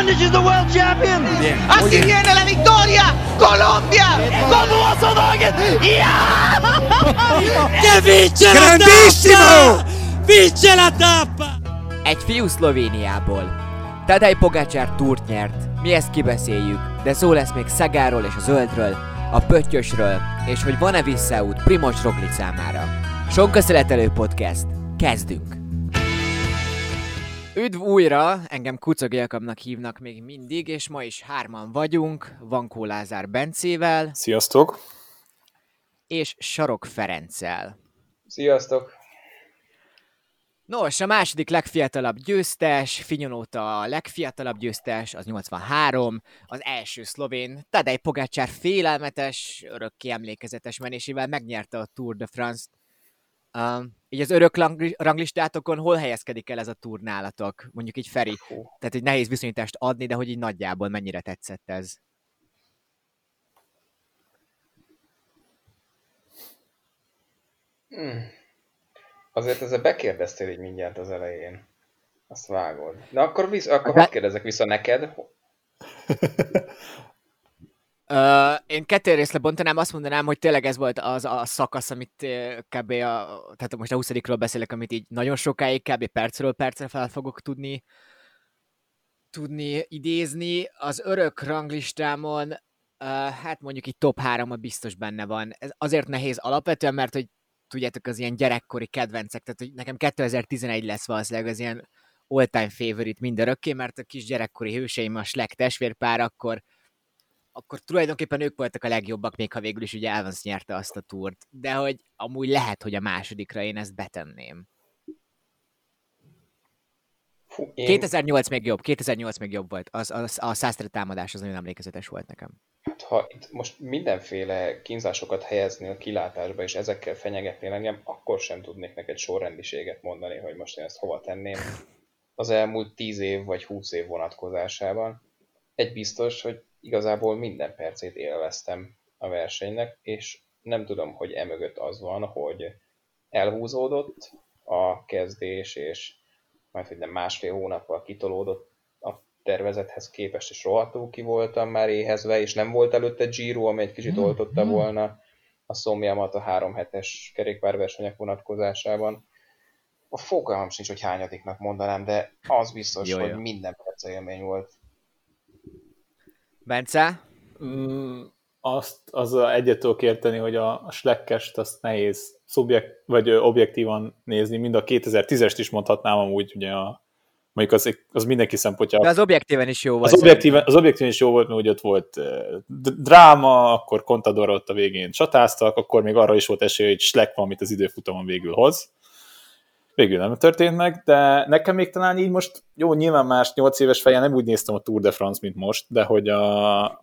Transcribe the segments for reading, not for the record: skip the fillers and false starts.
Cavendish is the world champion. Así viene la victoria. Colombia. Como Volkswagen. Che vince la tappa! Vince la tappa! Egy fiú Szlovéniából. Tadej Pogačar túrt nyert, mi ezt kibeszéljük, de szó lesz még Sagáról és a zöldről, a pöttyösről, és hogy van-e visszaút Primož Roglič számára. Sonka Szeletelő Podcast. Kezdünk! Üdv újra, engem Kucog Jakabnak hívnak még mindig, és ma is hárman vagyunk, Vankó Lázár Bencével. Sziasztok! És Sarok Ferenccel. Sziasztok! Nos, a második legfiatalabb győztes, Fignon óta a legfiatalabb győztes, az 83, az első szlovén, Tadej Pogačar félelmetes, örökké emlékezetes menésével megnyerte a Tour de France-t. Így az örök ranglistátokon hol helyezkedik el ez a túr nálatok? Mondjuk így Feri, tehát egy nehéz viszonyítást adni, de hogy így nagyjából mennyire tetszett ez? Azért ezzel bekérdeztél így mindjárt az elején. Azt vágod. Na akkor hadd kérdezek vissza neked. Én kettő részre bontanám, azt mondanám, hogy tényleg ez volt az a szakasz, amit kb. Tehát most a 20-ról beszélek, amit így nagyon sokáig, kb. Percről percre fel fogok tudni idézni. Az örök ranglistámon, hát mondjuk így top 3-ban biztos benne van. Ez azért nehéz alapvetően, mert hogy tudjátok, az ilyen gyerekkori kedvencek, tehát hogy nekem 2011 lesz valószínűleg az ilyen all-time favorite mindörökké, mert a kis gyerekkori hőseim, a Schleck testvérpár, akkor tulajdonképpen ők voltak a legjobbak, még ha végül is ugye Evans nyerte azt a túrt. De hogy amúgy lehet, hogy a másodikra én ezt betenném. 2008 még jobb volt. A Sastre támadás az nagyon emlékezetes volt nekem. Hát ha itt most mindenféle kínzásokat helyezni a kilátásba, és ezekkel fenyegetnél engem, akkor sem tudnék neked sorrendiséget mondani, hogy most én ezt hova tenném. Az elmúlt 10 év vagy 20 év vonatkozásában. Egy biztos, hogy igazából minden percét élveztem a versenynek, és nem tudom, hogy emögött az van, hogy elhúzódott a kezdés, és majd, hogy nem másfél hónappal kitolódott a tervezethez képest, és rohadtul ki voltam már éhezve, és nem volt előtte Giro, ami egy kicsit oltotta volna a szomjamat a 3 hetes kerékpárversenyek vonatkozásában. A fogalmam sincs, hogy hányadiknak mondanám, de az biztos, hogy minden perc élmény volt. Bence? Az egyet tudok érteni, hogy a Schleckest azt nehéz vagy objektívan nézni, mind a 2010-est is mondhatnám amúgy, ugye mondjuk az mindenki szempontjából. De az objektíven is jó volt. Az objektíven is jó volt, mert ugye ott volt dráma, akkor Contador ott a végén csatáztak, akkor még arra is volt esély, hogy Schleck van, amit az időfutamon végül hoz. Végül nem történt meg, de nekem még talán így most, jó, nyilván más 8 éves fejjel nem úgy néztem a Tour de France, mint most, de hogy a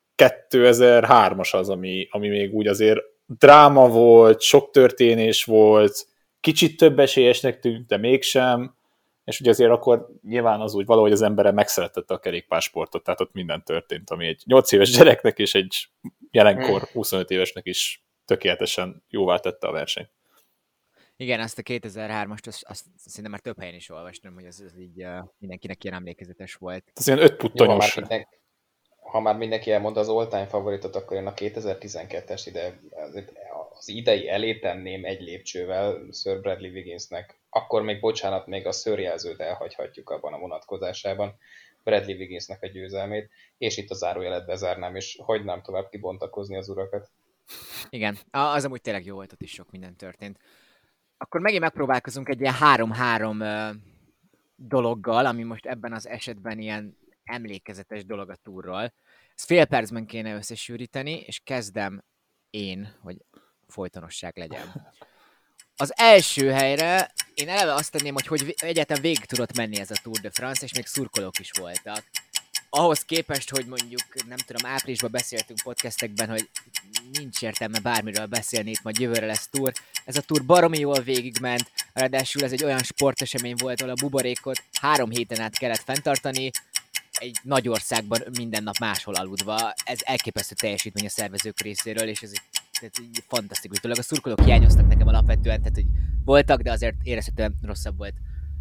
2003-as az, ami még úgy azért dráma volt, sok történés volt, kicsit több esélyesnek tűnt, de mégsem, és ugye azért akkor nyilván az úgy valahogy az embere megszeretette a kerékpársportot, tehát ott minden történt, ami egy 8 éves gyereknek és egy jelenkor 25 évesnek is tökéletesen jóvá tette a versenyt. Igen, azt a 2003-ast, azt szerintem már több helyen is olvastam, hogy az így mindenkinek ilyen emlékezetes volt. Ez ilyen 5 puttonyos. Ha már mindenki elmondta az all-time favoritot, akkor én a 2012-es az idei elé tenném egy lépcsővel Sir Bradley Wigginsnek. Akkor még, bocsánat, még a szőrjelzőt elhagyhatjuk abban a vonatkozásában. Bradley Wigginsnek a győzelmét, és itt a zárójelet bezárnám, és hagynám tovább kibontakozni az urakat. Igen, az amúgy tényleg jó volt, ott is sok minden történt. Akkor megint megpróbálkozunk egy ilyen 3-3 dologgal, ami most ebben az esetben ilyen emlékezetes dolog a túrról. Ezt fél percben kéne összesűríteni, és kezdem én, hogy folytonosság legyen. Az első helyre én eleve azt tenném, hogy egyáltalán végig tudott menni ez a Tour de France, és még szurkolók is voltak. Ahhoz képest, hogy mondjuk, nem tudom, áprilisban beszéltünk podcastekben, hogy nincs értelme bármiről beszélni, itt majd jövőre lesz túr. Ez a túr baromi jól végigment, ráadásul ez egy olyan sportesemény volt, ahol a buborékot 3 héten át kellett fenntartani, egy nagy országban minden nap máshol aludva. Ez elképesztő teljesítmény a szervezők részéről, és ez egy fantasztikus dolog. A szurkolók hiányoztak nekem alapvetően, tehát hogy voltak, de azért érezhetően rosszabb volt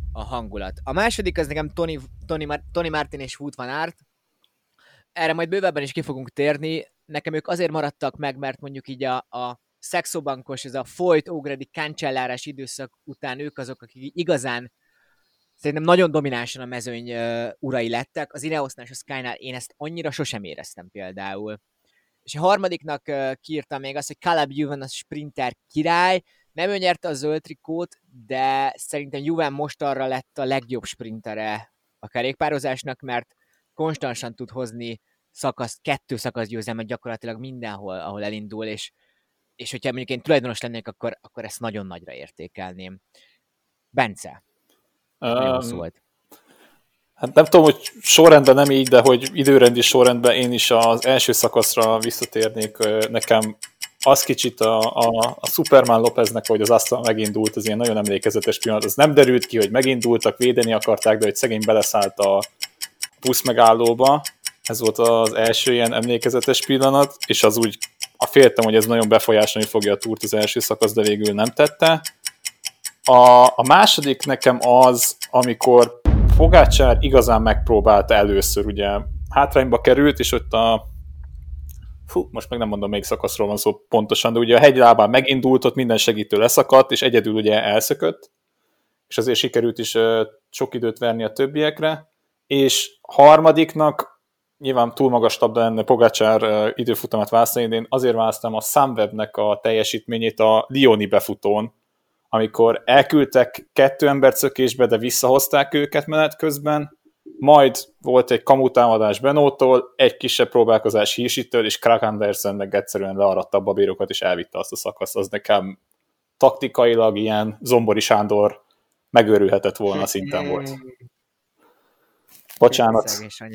a hangulat. A második az nekem Tony Martin és Wout van Aert. Erre majd bővebben is ki fogunk térni. Nekem ők azért maradtak meg, mert mondjuk így a szexobankos, ez a Foyt, Ógredi, Cancelláres időszak után ők azok, akik igazán szerintem nagyon dominánsan a mezőny urai lettek. Az Ineosnál és a Skynál én ezt annyira sosem éreztem például. És a harmadiknak kiírtam még azt, hogy Caleb Ewan a sprinter király. Nem ő nyerte a zöld trikót, de szerintem Ewan most arra lett a legjobb sprintere a kerékpározásnak, mert konstansan tud hozni kettő szakaszgyőzelmet gyakorlatilag mindenhol, ahol elindul, és hogyha mondjuk én tulajdonos lennék, akkor ezt nagyon nagyra értékelném. Bence, nagyon szólt. Hát nem tudom, hogy sorrendben nem így, de hogy időrendi sorrendben én is az első szakaszra visszatérnék. Nekem az kicsit a Superman Lopeznek, hogy az Aston megindult, az ilyen nagyon emlékezetes pillanat. Az nem derült ki, hogy megindultak, védeni akarták, de hogy szegény beleszállt a busz megállóba. Ez volt az első ilyen emlékezetes pillanat, és az úgy féltem, hogy ez nagyon befolyásolni fogja a túrt az első szakasz, de végül nem tette. A második nekem az, amikor Pogačar igazán megpróbálta először, ugye hátrányba került, és ott most meg nem mondom, melyik szakaszról van szó pontosan, de ugye a hegylábán megindult, ott minden segítő leszakadt, és egyedül ugye elszökött, és azért sikerült is sok időt verni a többiekre, és harmadiknak nyilván túl magas labda lenne Pogačar időfutamát választani, de én azért választam a Sunwebnek a teljesítményét a Lyoni befutón, amikor elküldtek 2 embert szökésbe, de visszahozták őket menet közben, majd volt egy kamutámadás Benótól, egy kisebb próbálkozás Hirsitől, és Krag Andersen meg egyszerűen learatta a babérokat, és elvitte azt a szakaszt. Az nekem taktikailag ilyen Zombori Sándor megőrülhetett volna szinten volt. Bocsánat.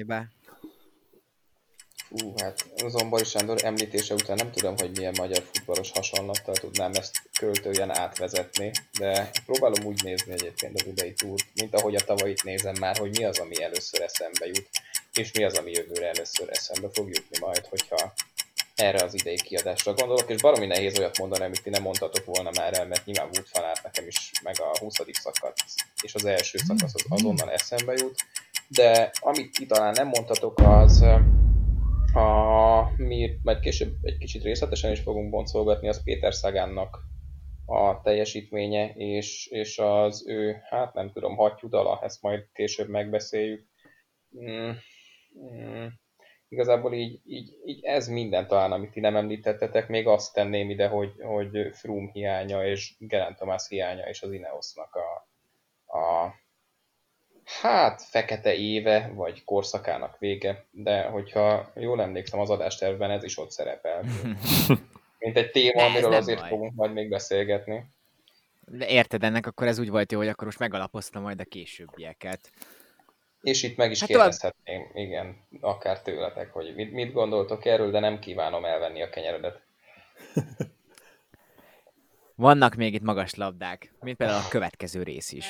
Hát Zombori Sándor említése után nem tudom, hogy milyen magyar futballos hasonlattal tudnám ezt költően átvezetni, de próbálom úgy nézni egyébként az idei túrt, mint ahogy a tavalyit nézem már, hogy mi az, ami először eszembe jut, és mi az, ami jövőre először eszembe fog jutni majd, hogyha erre az idei kiadásra gondolok, és baromi nehéz olyat mondani, amit ti nem mondtatok volna már el, mert nyilván Wout van Aert nekem is, meg a 20. szakasz és az első szakasz az azonnal eszembe jut, de amit ti talán nem mondtatok, az mi majd később egy kicsit részletesen is fogunk boncolgatni, az Péter Sagannak a teljesítménye, és az ő, hát nem tudom, hattyúdala, ezt majd később megbeszéljük. Igazából így ez minden talán, amit ti nem említettetek, még azt tenném ide, hogy Froome hiánya és Geraint Thomas hiánya és az Ineosnak a hát fekete éve, vagy korszakának vége, de hogyha jól emlékszem az adástervben, ez is ott szerepel. Mint egy téma, amiről azért baj. Fogunk majd még beszélgetni. De érted, ennek akkor ez úgy volt jó, hogy akkor most megalapoztam majd a későbbieket. És itt meg is kérdezhetném, igen, akár tőletek, hogy mit gondoltok erről, de nem kívánom elvenni a kenyeredet. Vannak még itt magas labdák, mint például a következő rész is.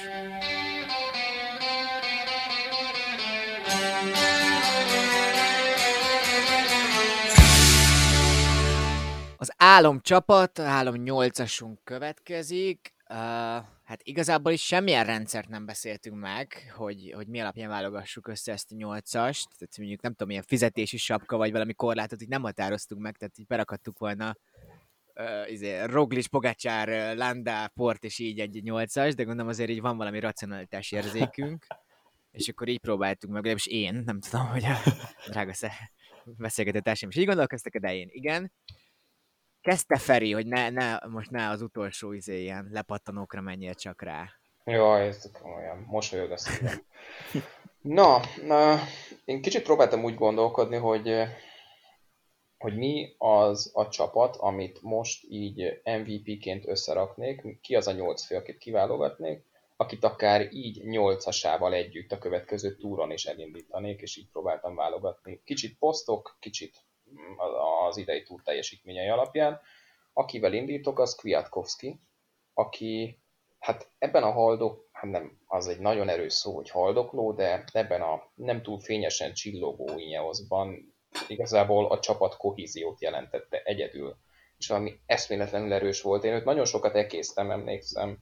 Az álomcsapat, álom 8-asunk következik. Hát igazából is semmilyen rendszert nem beszéltünk meg, hogy mi alapján válogassuk össze ezt a 8-ast. Tehát mondjuk nem tudom, ilyen fizetési sapka, vagy valami korlátot így nem határoztunk meg, tehát így berakadtuk volna Roglic, Pogačar, Landa, Port és így egy 8-as, de gondolom azért így van valami racionalitás érzékünk. És akkor így próbáltuk meg, legalábbis én, nem tudom, hogy a drága beszélgető társaim is így gondolkoztak, de én igen. Kezdte Feri, hogy most ne az utolsó ilyen lepattanókra menjél csak rá. Jaj, ez komolyan, mosolyog a szívem. Na, én kicsit próbáltam úgy gondolkodni, hogy mi az a csapat, amit most így MVP-ként összeraknék, ki az a 8 fő, akit kiválogatnék, akit akár így 8-asával együtt a következő túron is elindítanék, és így próbáltam válogatni. Kicsit posztok, kicsit az idei túr teljesítményei alapján. Akivel indítok, az Kwiatkowski, aki hát ebben a hát nem, az egy nagyon erős szó, hogy haldokló, de ebben a nem túl fényesen csillogó Ineosban igazából a csapat kohéziót jelentette egyedül. És valami eszméletlenül erős volt. Én őt nagyon sokat ekésztem, emlékszem,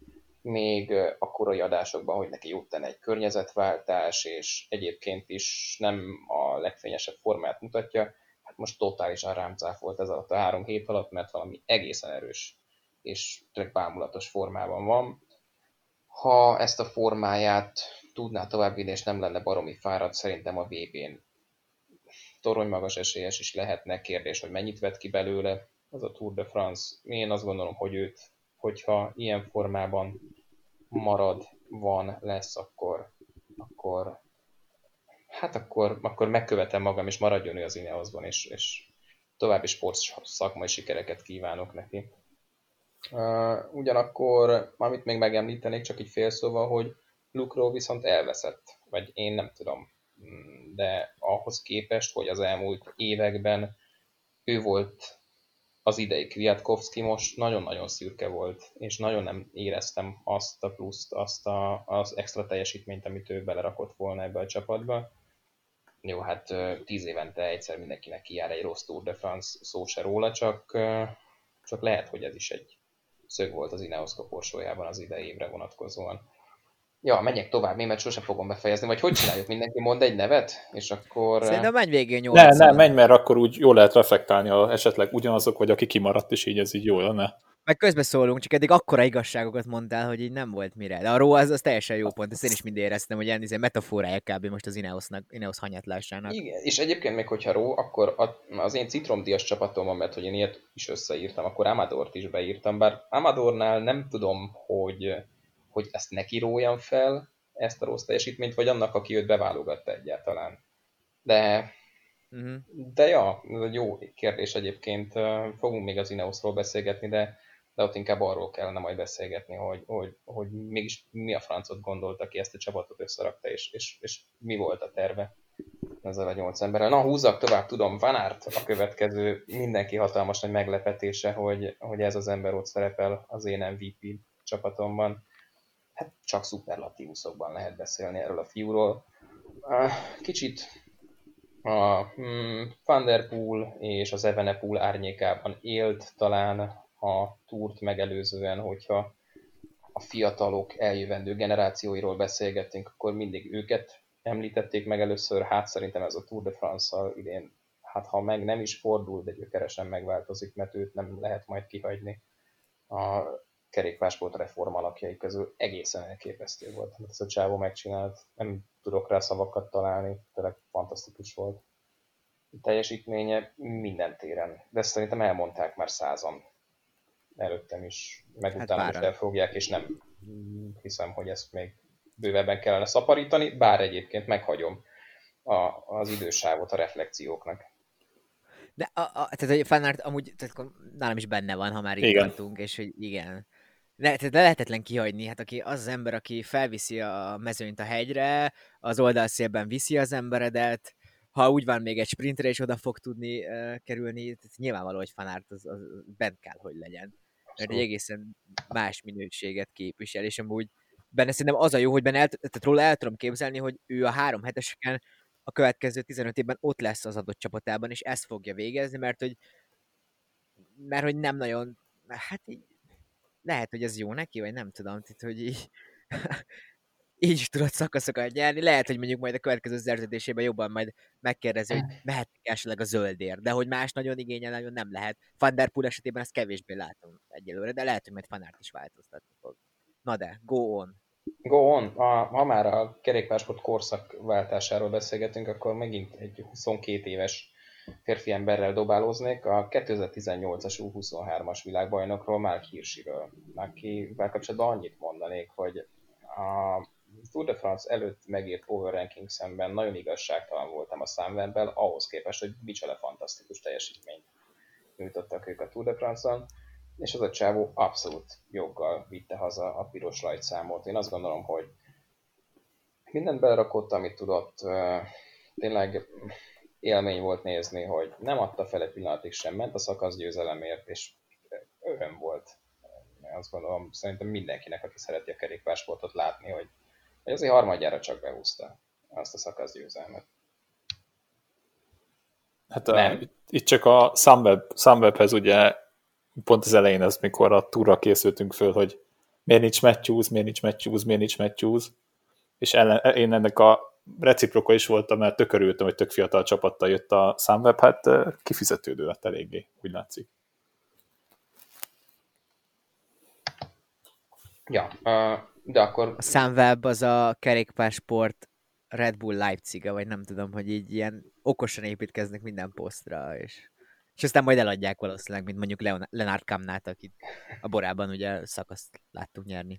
még a korai adásokban, hogy neki jót tenne egy környezetváltás, és egyébként is nem a legfényesebb formát mutatja. Hát most totálisan rám cáfolt ez alatt a 3 hét alatt, mert valami egészen erős és tényleg bámulatos formában van. Ha ezt a formáját tudná továbbvinni, és nem lenne baromi fáradt, szerintem a VB-n toronymagas esélyes is lehetne. Kérdés, hogy mennyit vett ki belőle az a Tour de France. Én azt gondolom, hogy őt, hogyha ilyen formában marad, lesz, akkor megkövetem magam, és maradjon ő az Ineosban, és további sportszakmai sikereket kívánok neki. Ugyanakkor, amit még megemlítenék, csak így félszóval, hogy Luke Rowe viszont elveszett, vagy én nem tudom, de ahhoz képest, hogy az elmúlt években ő volt az idei Kwiatkowski, most nagyon-nagyon szürke volt, és nagyon nem éreztem azt a pluszt, az extra teljesítményt, amit ő belerakott volna ebbe a csapatba. Jó, hát 10 évente egyszer mindenkinek kijár egy rossz Tour de France, szó se róla, csak lehet, hogy ez is egy szög volt az Ineos koporsójában az idei évre vonatkozóan. Ja, megyek tovább, mert sosem fogom befejezni, vagy hogy csináljuk? Mindenki mond egy nevet, és akkor... Szerintem menj végén 8. Ne, menj, mert akkor úgy jól lehet reflektálni, ha esetleg ugyanazok, vagy aki kimaradt, és így ez így jól lenne. Meg közbeszólunk, csak eddig akkora igazságokat mondtál, hogy így nem volt mire. De a Rowe az teljesen jó pont, ezt én is mind éreztem, hogy ilyen metaforája kb. Most az Ineos hanyatlásának. Igen, és egyébként még hogyha Rowe, akkor az én citromdíjas csapatomban, mert hogy én ilyet is összeírtam, akkor Amadort is beírtam, bár Amadornál nem tudom, hogy ezt neki róljam fel, ezt a rossz teljesítményt, vagy annak, aki őt beválogatta egyáltalán. De ja, ez egy jó kérdés egyébként. Fogunk még az Ineosról beszélgetni, de ott inkább arról kellene majd beszélgetni, hogy mégis mi a francot gondolta, ki ezt a csapatot összerakta, és mi volt a terve ezzel a 8 emberrel. Na, húzzak tovább, tudom, Van Aert a következő, mindenki hatalmas nagy meglepetése, hogy ez az ember ott szerepel az én MVP csapatomban. Hát csak szuperlatívuszokban lehet beszélni erről a fiúról. Kicsit a Van der Poel és az Evenepoel árnyékában élt talán a túrt megelőzően, hogyha a fiatalok eljövendő generációiról beszélgettünk, akkor mindig őket említették meg először. Hát szerintem ez a Tour de France-szal idén, hát ha meg nem is fordul, de gyökeresen megváltozik, mert őt nem lehet majd kihagyni a kerékpársport reform alakjai közül. Egészen elképesztő volt, amit ez a csávó megcsinált. Nem tudok rá szavakat találni, tényleg fantasztikus volt. A teljesítménye minden téren, de ezt szerintem elmondták már 100-an előttem is, meg Hát utána is elfogják, és nem hiszem, hogy ezt még bővebben kellene szaporítani, bár egyébként meghagyom az idősávot a reflexióknak. De tehát a Van Aert amúgy nálam is benne van, ha már itt tartunk, és hogy igen. Tehát lehetetlen kihagyni, hát az ember, aki felviszi a mezőnyt a hegyre, az oldalszélben viszi az emberedet, ha úgy van, még egy sprintre is oda fog tudni kerülni, tehát nyilvánvaló, hogy Van Aert az bent kell, hogy legyen. Mert egy egészen más minőséget képvisel, és amúgy benne szerintem az a jó, hogy tehát róla el tudom képzelni, hogy ő a 3 heteseken a következő 15 évben ott lesz az adott csapatában, és ezt fogja végezni, mert hogy nem nagyon, hát így, lehet, hogy ez jó neki, vagy nem tudom, tehát, hogy így is tudod szakaszokat nyerni, lehet, hogy mondjuk majd a következő szerződésében jobban majd megkérdezi, hogy mehetnek esetleg a zöldér, de hogy más nagyon igényel, nagyon nem lehet. Van der Poel esetében ezt kevésbé látom egyelőre, de lehet, hogy majd Van Aert is változtatni fog. Na de, go on! Go on! Ha már a kerékpársport korszakváltásáról beszélgetünk, akkor megint egy 22 éves férfi emberrel dobálóznék, a 2018-as U23-as világbajnokról, Mark Hirschiről, akivel kapcsolatban annyit mondanék, hogy a Tour de France előtt megírt Power Ranking szemben nagyon igazságtalan voltam a Sunweb-bel, ahhoz képest, hogy micsoda fantasztikus teljesítményt nyújtottak ők a Tour de France-on, és az a csávó abszolút joggal vitte haza a piros rajtszámot. Én azt gondolom, hogy mindent belerakott, amit tudott, tényleg élmény volt nézni, hogy nem adta fel egy pillanatig sem, ment a szakaszgyőzelemért, és öröm volt. Azt gondolom, szerintem mindenkinek, aki szereti a kerékpársportot látni, hogy azért harmadjára csak behúzta azt a szakaszgyőzelmet. Hát itt csak a Sunwebhez ugye pont az elején, az mikor a túra készültünk föl, hogy miért nincs Matthews, és én ennek a reciproka is voltam, mert tök örültem, hogy tök fiatal csapattal jött a Sunweb, hát kifizetődő lett eléggé, úgy látszik. Ja, de akkor... A Sunweb az a kerékpársport Red Bull Leipzig, vagy nem tudom, hogy így ilyen okosan építkeznek minden posztra, és aztán majd eladják valószínűleg, mint mondjuk Lennart Kamnát, akit a borában ugye szakaszt láttuk nyerni.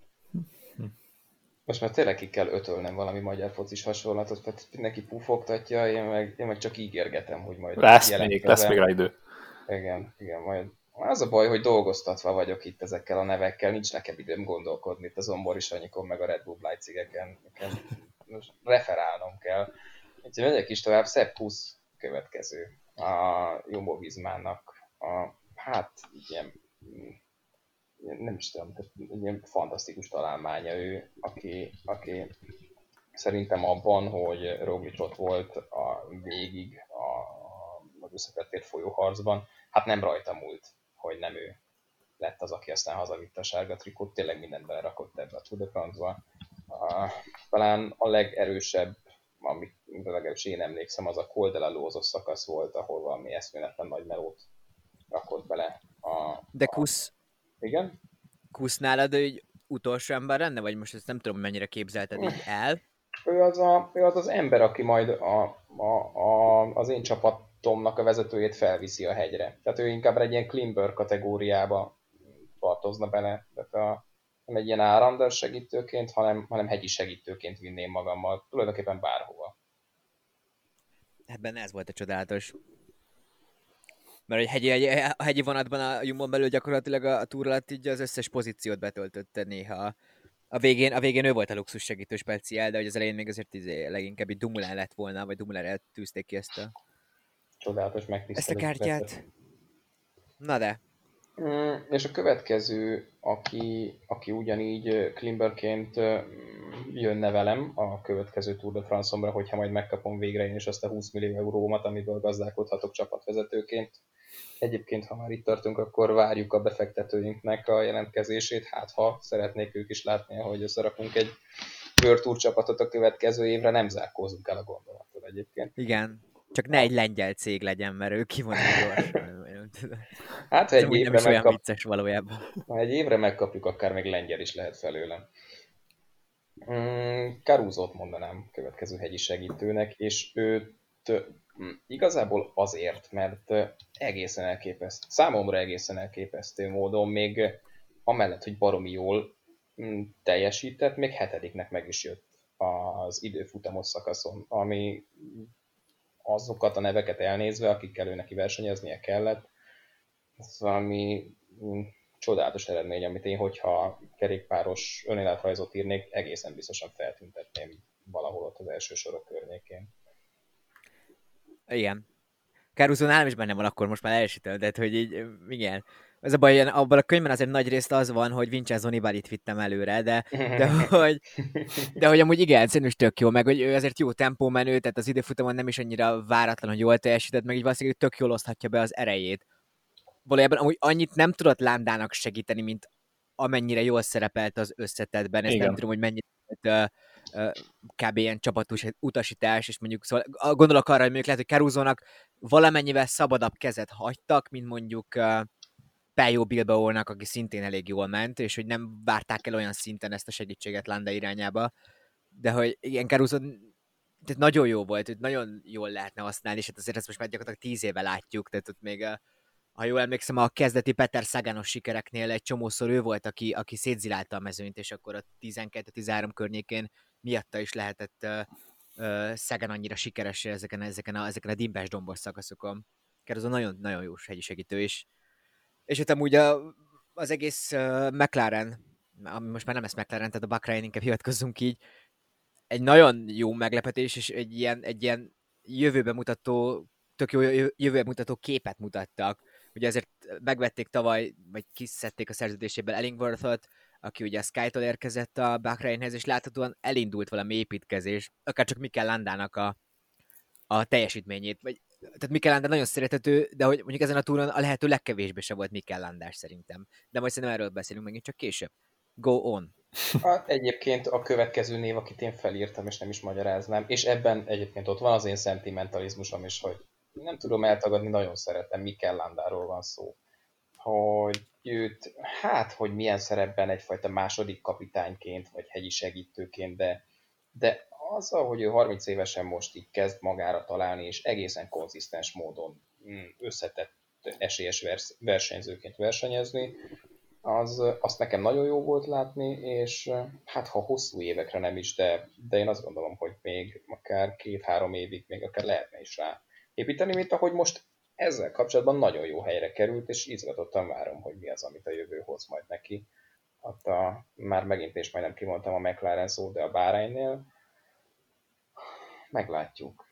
Most már tényleg ki kell ötölnem valami magyar focis hasonlatot, tehát mindenki pufogtatja, én meg csak ígérgetem, hogy majd lesz még rá idő. Igen, majd. Az a baj, hogy dolgoztatva vagyok itt ezekkel a nevekkel, nincs nekem időm gondolkodni itt a Zombori Sanyikon, meg a Red Bull Leipzigeken. Most referálnom kell. Úgyhogy megyek is tovább, Sepp Kuss következő. A Jumbo Vismának hát ilyen, nem is tudom, ilyen fantasztikus találmánya ő, aki szerintem abban, hogy Roglic ott volt végig az összetettért folyó harcban, hát nem rajta múlt, hogy nem ő lett az, aki aztán hazavitte a sárga trikót, tényleg mindent belerakott ebbe a Tour de France-ba. Talán a legerősebb, amit legalábbis én emlékszem, az a Col de la Lózos szakasz volt, ahol valami eszméletlen nagy melót rakott bele. De Kuss? Igen? Kuss nálad egy utolsó ember lenne, vagy most ezt nem tudom, mennyire képzelted így el? Ő az ember, aki majd az én csapatomnak a vezetőjét felviszi a hegyre. Tehát ő inkább egy ilyen Klimber kategóriába tartozna bele. Tehát nem egy ilyen árander segítőként, hanem hegyi segítőként vinném magammal. Tulajdonképpen bárhova. Ebben ez volt a csodálatos. Mert a hegyi vonatban a Jumbon belül gyakorlatilag a túr alatt így az összes pozíciót betöltötte néha. A végén ő volt a luxus segítő speciál, de hogy az elején még azért leginkább egy Dumoulin lett volna, vagy Dumoulinre tűzték ki ezt Csodálatos megtisztelő. Ezt a kártyát. Na de. És a következő, aki ugyanígy Klimberként jönne velem a következő Tour de France-omra, hogyha majd megkapom végre én is azt a 20 millió eurómat, amiből gazdálkodhatok csapatvezetőként. Egyébként, ha már itt tartunk, akkor várjuk a befektetőinknek a jelentkezését, hát ha szeretnék ők is látni, hogy összerakunk egy World Tour csapatot a következő évre, nem zárkózunk el a gondolattól egyébként. Igen, csak ne egy lengyel cég legyen, mert ő kivonul gyorsan. Hát, ha egy évre olyan vicces valójában. Ha egy évre megkapjuk, akár még lengyel is lehet felőlem. Caruzót mondanám következő hegyi segítőnek, és őt igazából azért, mert egészen elképesztő, számomra egészen elképesztő módon, még amellett, hogy baromi jól teljesített, még 7-nek meg is jött az időfutamos szakaszon, ami azokat a neveket elnézve, akikkel ő neki versenyeznie kellett, ez valami csodálatos eredmény, amit én, hogyha kerékpáros önéletrajzot írnék, egészen biztosan feltüntetném valahol ott az első sorok környékén. Igen. Caruso nálam is benne van, akkor most már elsütöm, de hogy így, igen. Ez a baj, abban a könyvben azért nagy részt az van, hogy Vincenzo Nibalit vittem előre, de hogy amúgy igen, szerintem is tök jó, meg hogy ő azért jó tempómenő, tehát az időfutamon nem is annyira váratlan, hogy jól teljesített, meg így valószínűleg tök jól oszthatja be az erejét. Valójában amúgy annyit nem tudott Landának segíteni, mint amennyire jól szerepelt az összetettben. Ezt nem tudom, hogy mennyire kb. Ilyen csapatutasítás, és mondjuk szóval gondolok arra, hogy mondjuk lehet, hogy Caruzónak valamennyivel szabadabb kezet hagytak, mint mondjuk Pello Bilbaónak, aki szintén elég jól ment, és hogy nem várták el olyan szinten ezt a segítséget Landa irányába. De hogy igen, Caruso tehát nagyon jó volt, nagyon jól lehetne használni, és hát azért ezt most már gyakorlatilag 10 éve látjuk, tehát ott még ha jól emlékszem, a kezdeti Peter Saganos sikereknél egy csomószor ő volt, aki szétzilálta a mezőnyt, és akkor a 12-13 környékén miatta is lehetett Sagan annyira sikeres ezeken a dimbes dombos szakaszokon. Caruso nagyon jó hegyi segítő is. És ott amúgy az egész McLaren, ami most már nem lesz McLaren, tehát a Bahrain, inkább hivatkozzunk így, egy nagyon jó meglepetés, és egy ilyen jövőbe mutató, tök jó jövőbe mutató képet mutattak. Ugye ezért megvették tavaly, vagy kiszedték a szerződéséből Ellingworth-ot, aki ugye a Sky-tól érkezett a Bahrainhez, és láthatóan elindult valami építkezés, akár csak Mikel Landának a teljesítményét. Tehát Mikel Landa nagyon szerethető, de hogy mondjuk ezen a túron a lehető legkevésbé se volt Mikel Landás szerintem. De majd szerintem erről beszélünk megint csak később. Go on. Egyébként a következő név, akit én felírtam, és nem is magyaráznám, és ebben egyébként ott van az én szentimentalizmusom is, hogy nem tudom eltagadni, nagyon szeretem, Mikel Landáról van szó. Hogy őt, hogy milyen szerepben egyfajta második kapitányként, vagy hegyi segítőként, de azzal, hogy ő 30 évesen most így kezd magára találni, és egészen konzisztens módon összetett esélyes versenyzőként versenyezni, azt nekem nagyon jó volt látni, és ha hosszú évekre nem is, de én azt gondolom, hogy még akár 2-3 évig még akár lehetne is rá építeni, mint ahogy most ezzel kapcsolatban nagyon jó helyre került, és izgatottan várom, hogy mi az, amit a jövő hoz majd neki. Már megint és majdnem kimondtam a McLaren szót, de a Bahrainnél meglátjuk.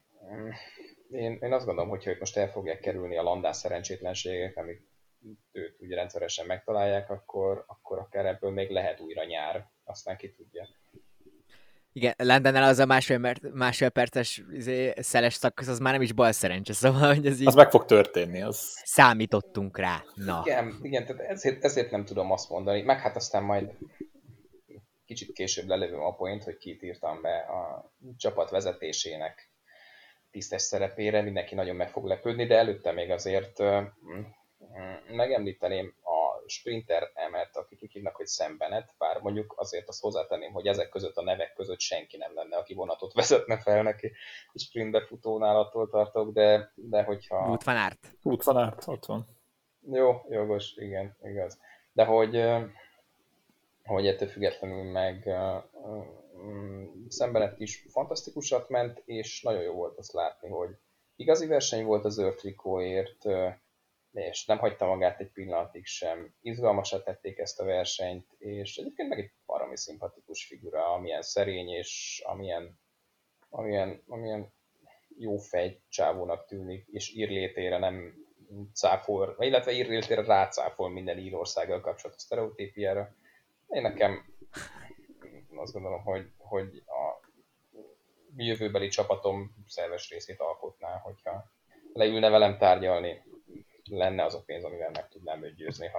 Én azt gondolom, hogyha ők most el fogják kerülni a landás szerencsétlenségek, amik őt úgy rendszeresen megtalálják, akkor ebből még lehet újra nyár, aztán ki tudja. Igen, Londonnál az a másfél perces szeles szakasz, az már nem is bal szerencse, szóval hogy ez így... Az meg fog történni, az... Számítottunk rá, na. Igen, tehát ezért nem tudom azt mondani, meg aztán majd kicsit később lelövöm a point, hogy kit írtam be a csapat vezetésének tisztes szerepére, mindenki nagyon meg fog lepődni, de előtte még azért megemlíteném a sprinter emet, akik hívnak, hogy Sam Bennett, bár mondjuk azért azt hozzátenném, hogy ezek között a nevek között senki nem lenne, aki vonatot vezetne fel neki, sprintbe futónál attól tartok, de hogyha... Wout van Aert, ott van. Jó, jogos, igen, igaz. De hogy ettől függetlenül meg Sam Bennett is fantasztikusat ment, és nagyon jó volt azt látni, hogy igazi verseny volt az zöld trikóért, és nem hagyta magát egy pillanatig sem. Izgalmasat tették ezt a versenyt, és egyébként meg egy baromi szimpatikus figura, amilyen szerény, és amilyen jó fej csávónak tűnik, és írlétére nem cáfol, illetve írlétére rácáfol minden Írországgal kapcsolatos sztereotípiára. Én nekem azt gondolom, hogy a jövőbeli csapatom szerves részét alkotná, hogyha leülne velem tárgyalni, lenne az a pénz, amivel meg tudnám őt győzni,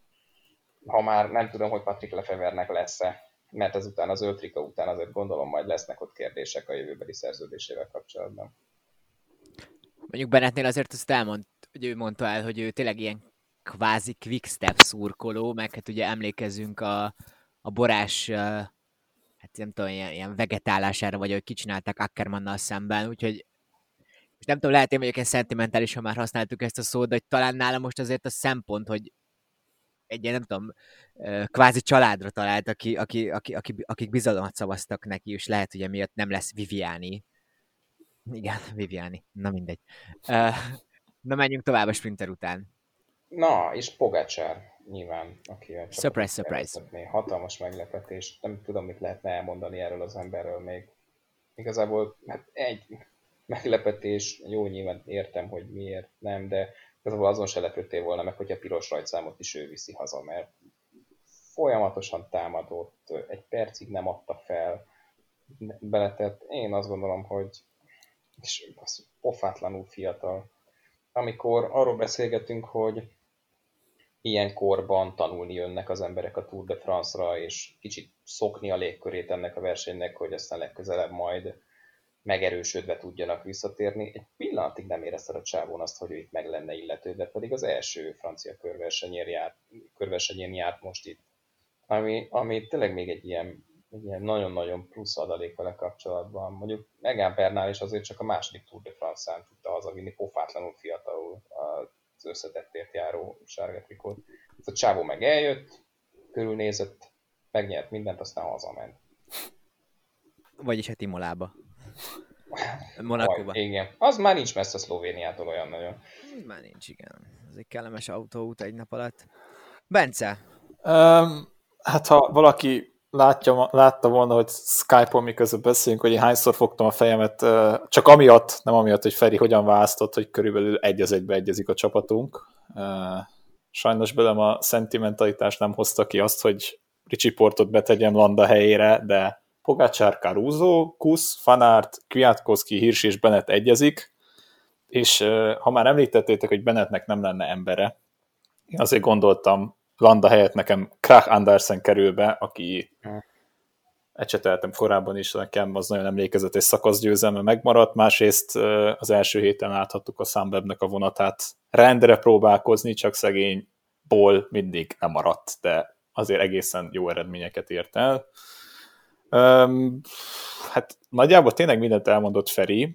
ha már nem tudom, hogy Patrick Lefevernek lesz-e, mert ezután az zöld trikó után azért gondolom majd lesznek ott kérdések a jövőbeli szerződésével kapcsolatban. Mondjuk Bennettnél azért azt hogy ő mondta el, hogy ő tényleg ilyen kvázi quick-step szurkoló, meg hát ugye emlékezzünk a Borás, hát nem tudom, ilyen vegetálására, vagy hogy kicsinálták Ackermannnal szemben, úgyhogy és nem tudom, lehet én vagyok ilyen szentimentális, ha már használtuk ezt a szót, de hogy talán nála most azért a szempont, hogy egy ilyen, nem tudom, kvázi családra talált, akik bizalmat szavaztak neki, és lehet, hogy emiatt nem lesz Viviani. Igen, Viviani. Na mindegy. Na menjünk tovább a sprinter után. Na, és Pogačar nyilván, aki a surprise. Hatalmas meglepetés. Nem tudom, mit lehetne elmondani erről az emberről még. Igazából egy meglepetés, jó, nyilván értem, hogy miért nem, de igazából azon se lepődtél volna meg, hogy a piros rajtszámot is ő viszi haza, mert folyamatosan támadott, egy percig nem adta fel, beletett. Én azt gondolom, hogy és az pofátlanul fiatal. Amikor arról beszélgetünk, hogy ilyen korban tanulni jönnek az emberek a Tour de France-ra, és kicsit szokni a légkörét ennek a versenynek, hogy aztán legközelebb majd megerősödve tudjanak visszatérni. Egy pillanatig nem érezted a csávón azt, hogy ő itt meg lenne illető, de pedig az első francia körversenyén járt most itt. Ami tényleg még egy ilyen nagyon-nagyon plusz adalék vele kapcsolatban. Mondjuk Egan Bernal is azért csak a második Tour de France-án tudta hazavinni pofátlanul fiatalul az összetettért járó sárga trikót. Ez a csávó meg eljött, körülnézett, megnyert mindent, aztán hazament. Vagyis hát Imolába. Monakóba. Igen. Az már nincs messze Szlovéniától olyan nagyon. Már nincs, igen. Ez egy kellemes autóút egy nap alatt. Bence? Hát ha valaki látta volna, hogy Skype-on miközben beszélünk, hogy én hányszor fogtam a fejemet, csak amiatt, nem amiatt, hogy Feri hogyan választott, hogy körülbelül 1-1-be egyezik a csapatunk. Sajnos belem a szentimentalitás nem hozta ki azt, hogy Richie Portot betegyem Landa helyére, de Pogačar, Caruso, Kusz, Van Aert, Kwiatkowski, Hirsch és Bennett egyezik, és ha már említettétek, hogy Bennettnek nem lenne embere, én azért gondoltam Landa helyett nekem Krach Andersen kerül be, aki ecseteltem korábban is, nekem az nagyon emlékezetes szakaszgyőzelme megmaradt, másrészt az első héten láthattuk a Sunwebnek a vonatát rendre próbálkozni, csak szegény Paul mindig nem maradt, de azért egészen jó eredményeket ért el. Hát nagyjából tényleg mindent elmondott Feri.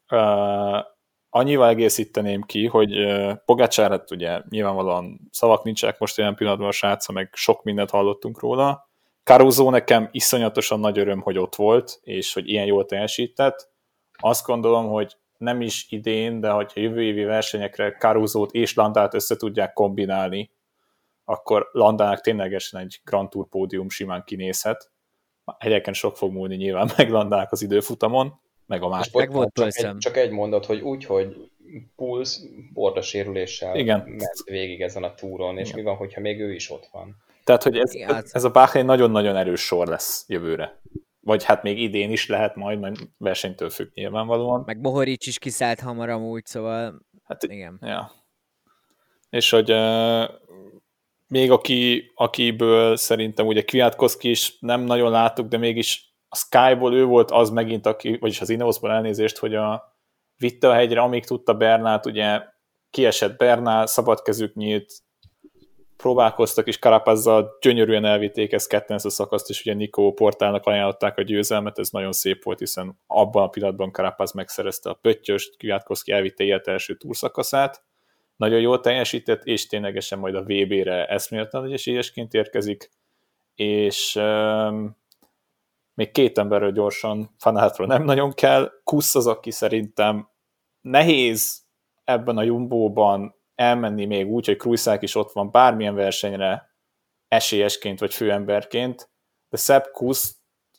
Annyival egészíteném ki, hogy Pogačar, hát ugye nyilvánvalóan szavak nincsenek most olyan pillanatban a srácsa, meg sok mindent hallottunk róla. Caruso nekem iszonyatosan nagy öröm, hogy ott volt, és hogy ilyen jól teljesített. Azt gondolom, hogy nem is idén, de hogyha jövő évi versenyekre Carusót és Landát össze tudják kombinálni, akkor Landának ténylegesen egy Grand Tour pódium simán kinézhet. Egyébként sok fog múlni nyilván meg Landának az időfutamon, meg a másik. Meg volt csak egy mondat, hogy úgy, hogy Puls borda sérüléssel ment végig ezen a túron, és mi van, hogyha még ő is ott van? Tehát, hogy ez a Bahrein nagyon-nagyon erős sor lesz jövőre. Vagy hát még idén is lehet majd versenytől függ nyilvánvalóan. Meg Mohoric is kiszállt hamar amúgy, szóval hát, igen. Ja. És hogy még akiből szerintem ugye Kwiatkowski is nem nagyon láttuk, de mégis a Skyból ő volt az megint, vagyis az Ineosból elnézést, hogy vitte a hegyre, amíg tudta Bernát, ugye kiesett Bernál, szabadkezük nyílt, próbálkoztak, és Carapazzal gyönyörűen elvitték ezt a szakaszt, és ugye Nico Portálnak ajánlották a győzelmet, ez nagyon szép volt, hiszen abban a pillanatban Carapaz megszerezte a pöttyöst, Kwiatkowski elvitte élet első túrszakaszát, nagyon jól teljesített, és ténylegesen majd a VB-re eszméletlen esélyesként érkezik, és még két emberről gyorsan, Van Aertről nem nagyon kell, Kusz az, aki szerintem nehéz ebben a Jumbóban elmenni még úgy, hogy Krujszák is ott van bármilyen versenyre esélyesként vagy főemberként, de Sepp Kusz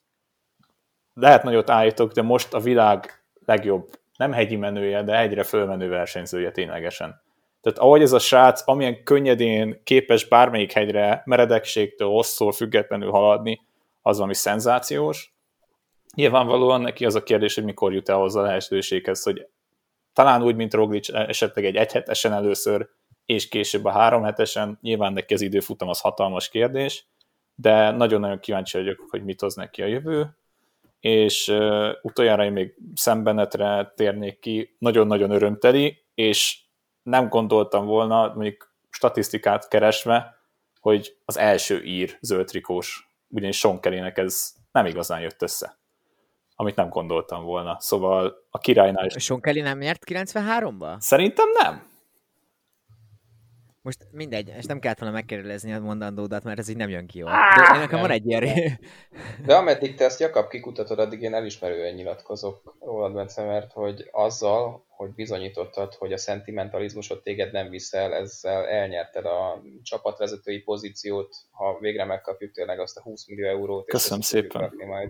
lehet nagyot állítok, de most a világ legjobb, nem hegyi menője, de egyre fölmenő versenyzője ténylegesen. Tehát ahogy ez a srác, amilyen könnyedén képes bármelyik hegyre meredekségtől, hosszól függetlenül haladni, az valami szenzációs. Nyilvánvalóan neki az a kérdés, hogy mikor jut el hozzá a lehetőséghez, hogy talán úgy, mint Roglic, esetleg egy egyhetesen először, és később a 3 hetesen, nyilván neki az időfutam az hatalmas kérdés, de nagyon-nagyon kíváncsi vagyok, hogy mit hoz neki a jövő, és utoljára én még Szembenetre térnék ki, nagyon-nagyon örömteli, és nem gondoltam volna, mondjuk statisztikát keresve, hogy az első ír zöldtrikós, ugyanis Sean Kellynek ez nem igazán jött össze, amit nem gondoltam volna. Szóval a királynál is... Sean Kelly nem nyert 93-ba? Szerintem nem. Most mindegy, és nem kellett volna megkérdezni a mondandódat, mert ez így nem jön ki jól. De nekem van egy ilyen... De ameddig te ezt Jakab kikutatod, addig én elismerően nyilatkozok rólad, Bence, mert hogy azzal, hogy bizonyítottad, hogy a szentimentalizmusod téged nem viszel, ezzel elnyerted a csapatvezetői pozíciót, ha végre megkapjuk tényleg azt a 20 millió eurót. Köszönöm szépen. Majd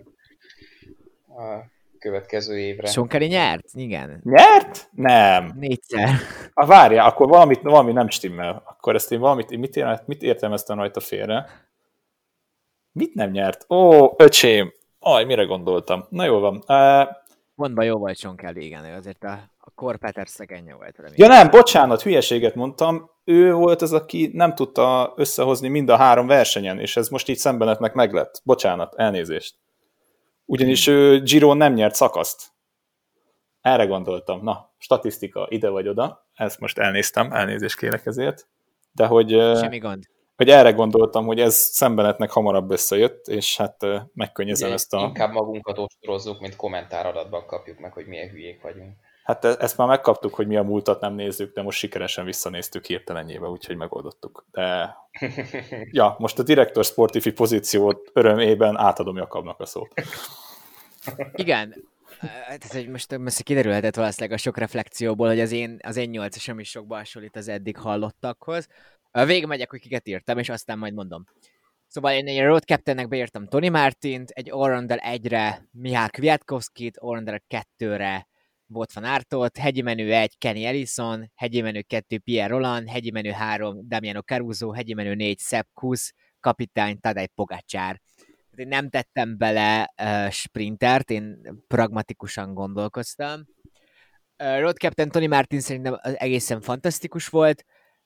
a következő évre. Sean Kelly nyert? Igen. Nyert? Nem. 4-szer. Várjál, akkor valami nem stimmel. Akkor ezt mit értelmeztem rajta félre? Mit nem nyert? Ó, öcsém! Mire gondoltam? Na jól van. Mondva jó volt Sean Kelly, igen, ő azért a Korpeter szegénye volt. Ja nem, bocsánat, hülyeséget mondtam. Ő volt az, aki nem tudta összehozni mind a 3 versenyen, és ez most így Szembenetnek meglett. Bocsánat, elnézést. Ugyanis ő Giron nem nyert szakaszt. Erre gondoltam. Na, statisztika ide vagy oda. Ezt most elnéztem, elnézést kérek ezért. De hogy... Semmi gond. Hogy erre gondoltam, hogy ez Szembenetnek hamarabb összejött, és hát megkönnyezem ezt a... Inkább magunkat ostorozzuk, mint kommentáradatban kapjuk meg, hogy milyen hülyék vagyunk. Hát ezt már megkaptuk, hogy mi a múltat nem nézzük, de most sikeresen visszanéztük hirtelenjébe, úgyhogy megoldottuk. De ja, most a direktor sportifi pozíciót örömében átadom Jakabnak a szót. Igen. Tehát, most kiderülhetett valószínűleg a sok reflexióból, hogy az én 8-asom is sokba hasonlít az eddig hallottakhoz. Végigmegyek, hogy kiket írtam, és aztán majd mondom. Szóval én egy road captainnek beírtam Tony Martint, egy Allrounder 1-re Mihály Kwiatkowskit, Allrounder 2-re Wout van Aertot, hegyi menő 1 Kenny Ellison, hegyi menő 2 Pierre Rolland, hegyi menő 3 Damiano Caruso, hegyi menő 4 Sepp Kuss, kapitány Tadej Pogačar. Én nem tettem bele sprintert, én pragmatikusan gondolkoztam. Road captain Tony Martin szerintem egészen fantasztikus volt.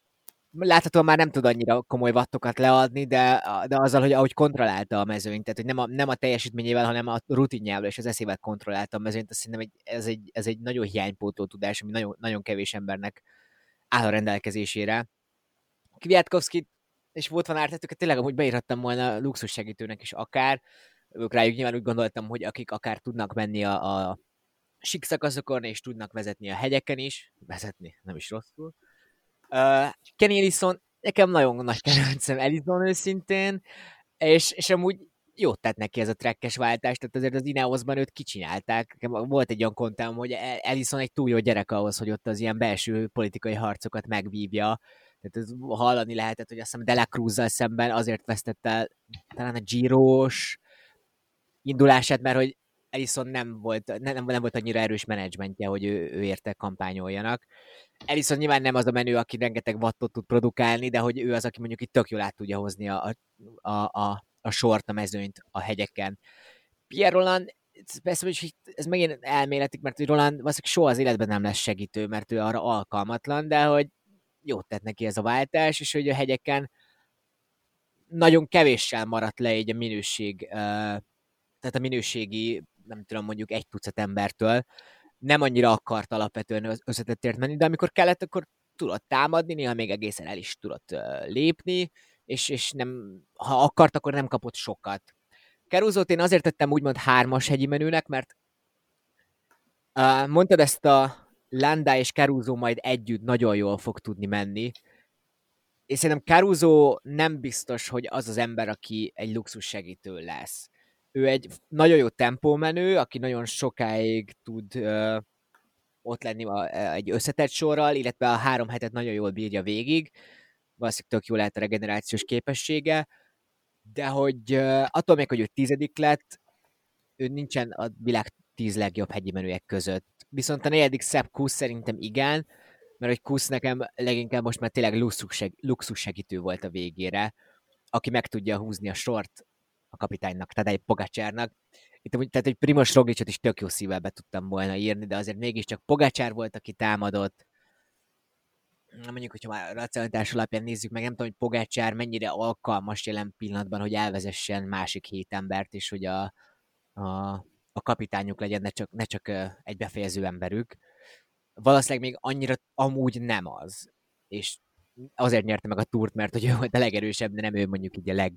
láthatóan már nem tud annyira komoly wattokat leadni, de azzal, hogy ahogy kontrollálta a mezőnyt, tehát hogy nem a teljesítményével, hanem a rutinjával és az eszével kontrollálta a mezőnyt, azt szerintem ez egy nagyon hiánypótló tudás, ami nagyon, nagyon kevés embernek áll a rendelkezésére. Kwiatkowski és volt van ártetőket, tényleg amúgy beírhattam volna luxus segítőnek is akár, ők rájuk nyilván úgy gondoltam, hogy akik akár tudnak menni a sík szakaszokon, és tudnak vezetni a hegyeken is, vezetni, nem is rosszul. Kenny Ellison, nekem nagyon nagy kedvencem Ellison őszintén, és amúgy jót tett neki ez a trekkes váltás, tehát azért az Ineosban őt kicsinálták. Volt egy olyan kontám, hogy Ellison egy túl jó gyerek ahhoz, hogy ott az ilyen belső politikai harcokat megvívja. Tehát ez hallani lehetett, hogy azt hiszem De La Cruz-zal szemben azért vesztette el talán a Giro-s indulását, mert hogy Ellison nem volt annyira erős menedzsmentje, hogy ő érte kampányoljanak. Ellison nyilván nem az a menő, aki rengeteg wattot tud produkálni, de hogy ő az, aki mondjuk itt tök jól át tudja hozni a sort, a mezőnyt a hegyeken. Pierre Roland, persze, hogy ez megint elméletik, mert Roland valószínűleg soha az életben nem lesz segítő, mert ő arra alkalmatlan, de hogy jót tett neki ez a váltás, és hogy a hegyeken nagyon kevéssel maradt le így a minőség, tehát a minőségi, nem tudom, mondjuk 1 tucat embertől, nem annyira akart alapvetően összetettért menni, de amikor kellett, akkor tudott támadni, néha még egészen el is tudott lépni, és nem, ha akart, akkor nem kapott sokat. Caruzót én azért tettem úgymond 3-as hegyi menőnek, mert mondtad ezt a Landa és Caruso majd együtt nagyon jól fog tudni menni, és szerintem Caruso nem biztos, hogy az az ember, aki egy luxus segítő lesz. Ő egy nagyon jó tempómenő, aki nagyon sokáig tud ott lenni egy összetett sorral, illetve a 3 hetet nagyon jól bírja végig. Valószínűleg tök jól lehet a regenerációs képessége, de hogy attól még, hogy ő 10. lett, ő nincsen a világ 10 legjobb hegyi menőek között. Viszont a 4. Sepp Kuss szerintem igen, mert hogy Kuss nekem leginkább most már tényleg luxus segítő volt a végére, aki meg tudja húzni a sort a kapitánynak, tehát egy Pogačarnak. Tehát egy Primož Roglicot is tök jó szívvel be tudtam volna írni, de azért mégiscsak Pogačar volt, aki támadott. Mondjuk, hogyha már a racionalitás alapján nézzük meg, nem tudom, hogy Pogačar mennyire alkalmas jelen pillanatban, hogy elvezessen másik 7 embert, és hogy a kapitányuk legyen, ne csak egy befejező emberük. Valószínűleg még annyira amúgy nem az. És azért nyerte meg a túrt, mert hogy ő volt a legerősebb, de nem ő mondjuk így a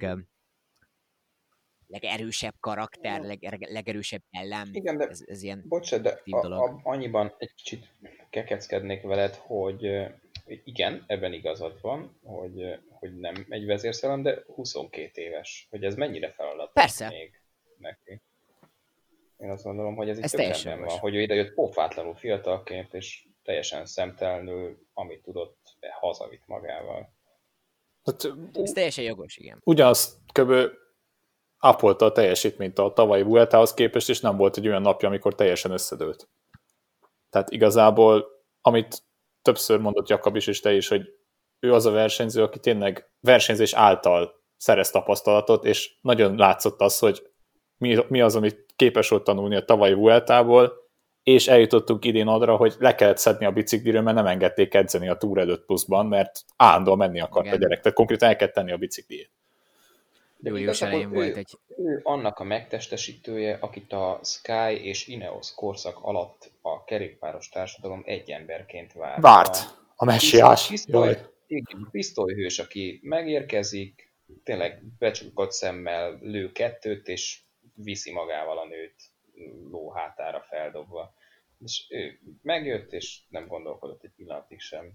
legerősebb karakter, legerősebb ellen. Igen, de ez ilyen bocsánat, de dolog. annyiban egy kicsit kekeckednék veled, hogy igen, ebben igazad van, hogy nem egy vezérszellem, de 22 éves. Hogy ez mennyire feladat Persze. még neki. Én azt gondolom, hogy ez itt Ez tök teljesen rendben jogos. van, hogy ő idejött pofátlanul fiatalként, és teljesen szemtelenül, amit tudott, hazavitt magával. Hát, Ez teljesen jogos, igen. ugyanaz kb. Ápolta a teljesítményt a tavalyi Vueltához képest, és nem volt egy olyan napja, amikor teljesen összedőlt. Tehát igazából, amit többször mondott Jakab is, és te is, hogy ő az a versenyző, aki tényleg versenyzés által szerez tapasztalatot, és nagyon látszott az, hogy mi az, amit képes volt tanulni a tavalyi Vueltából, és eljutottunk idén arra, hogy le kellett szedni a bicikliről, mert nem engedték edzeni a túr előtt pluszban, mert állandóan menni akart a gyerek, tehát konkrétan el kellett tenni a bicikliét. Július elején volt egy... Ő annak a megtestesítője, akit a Sky és Ineos korszak alatt a kerékpáros társadalom egy emberként várt. A messiás. Pisztolyhős, aki megérkezik, tényleg becsukott szemmel lő 2, és viszi magával a nőt ló hátára feldobva. És ő megjött, és nem gondolkodott egy pillanatig sem.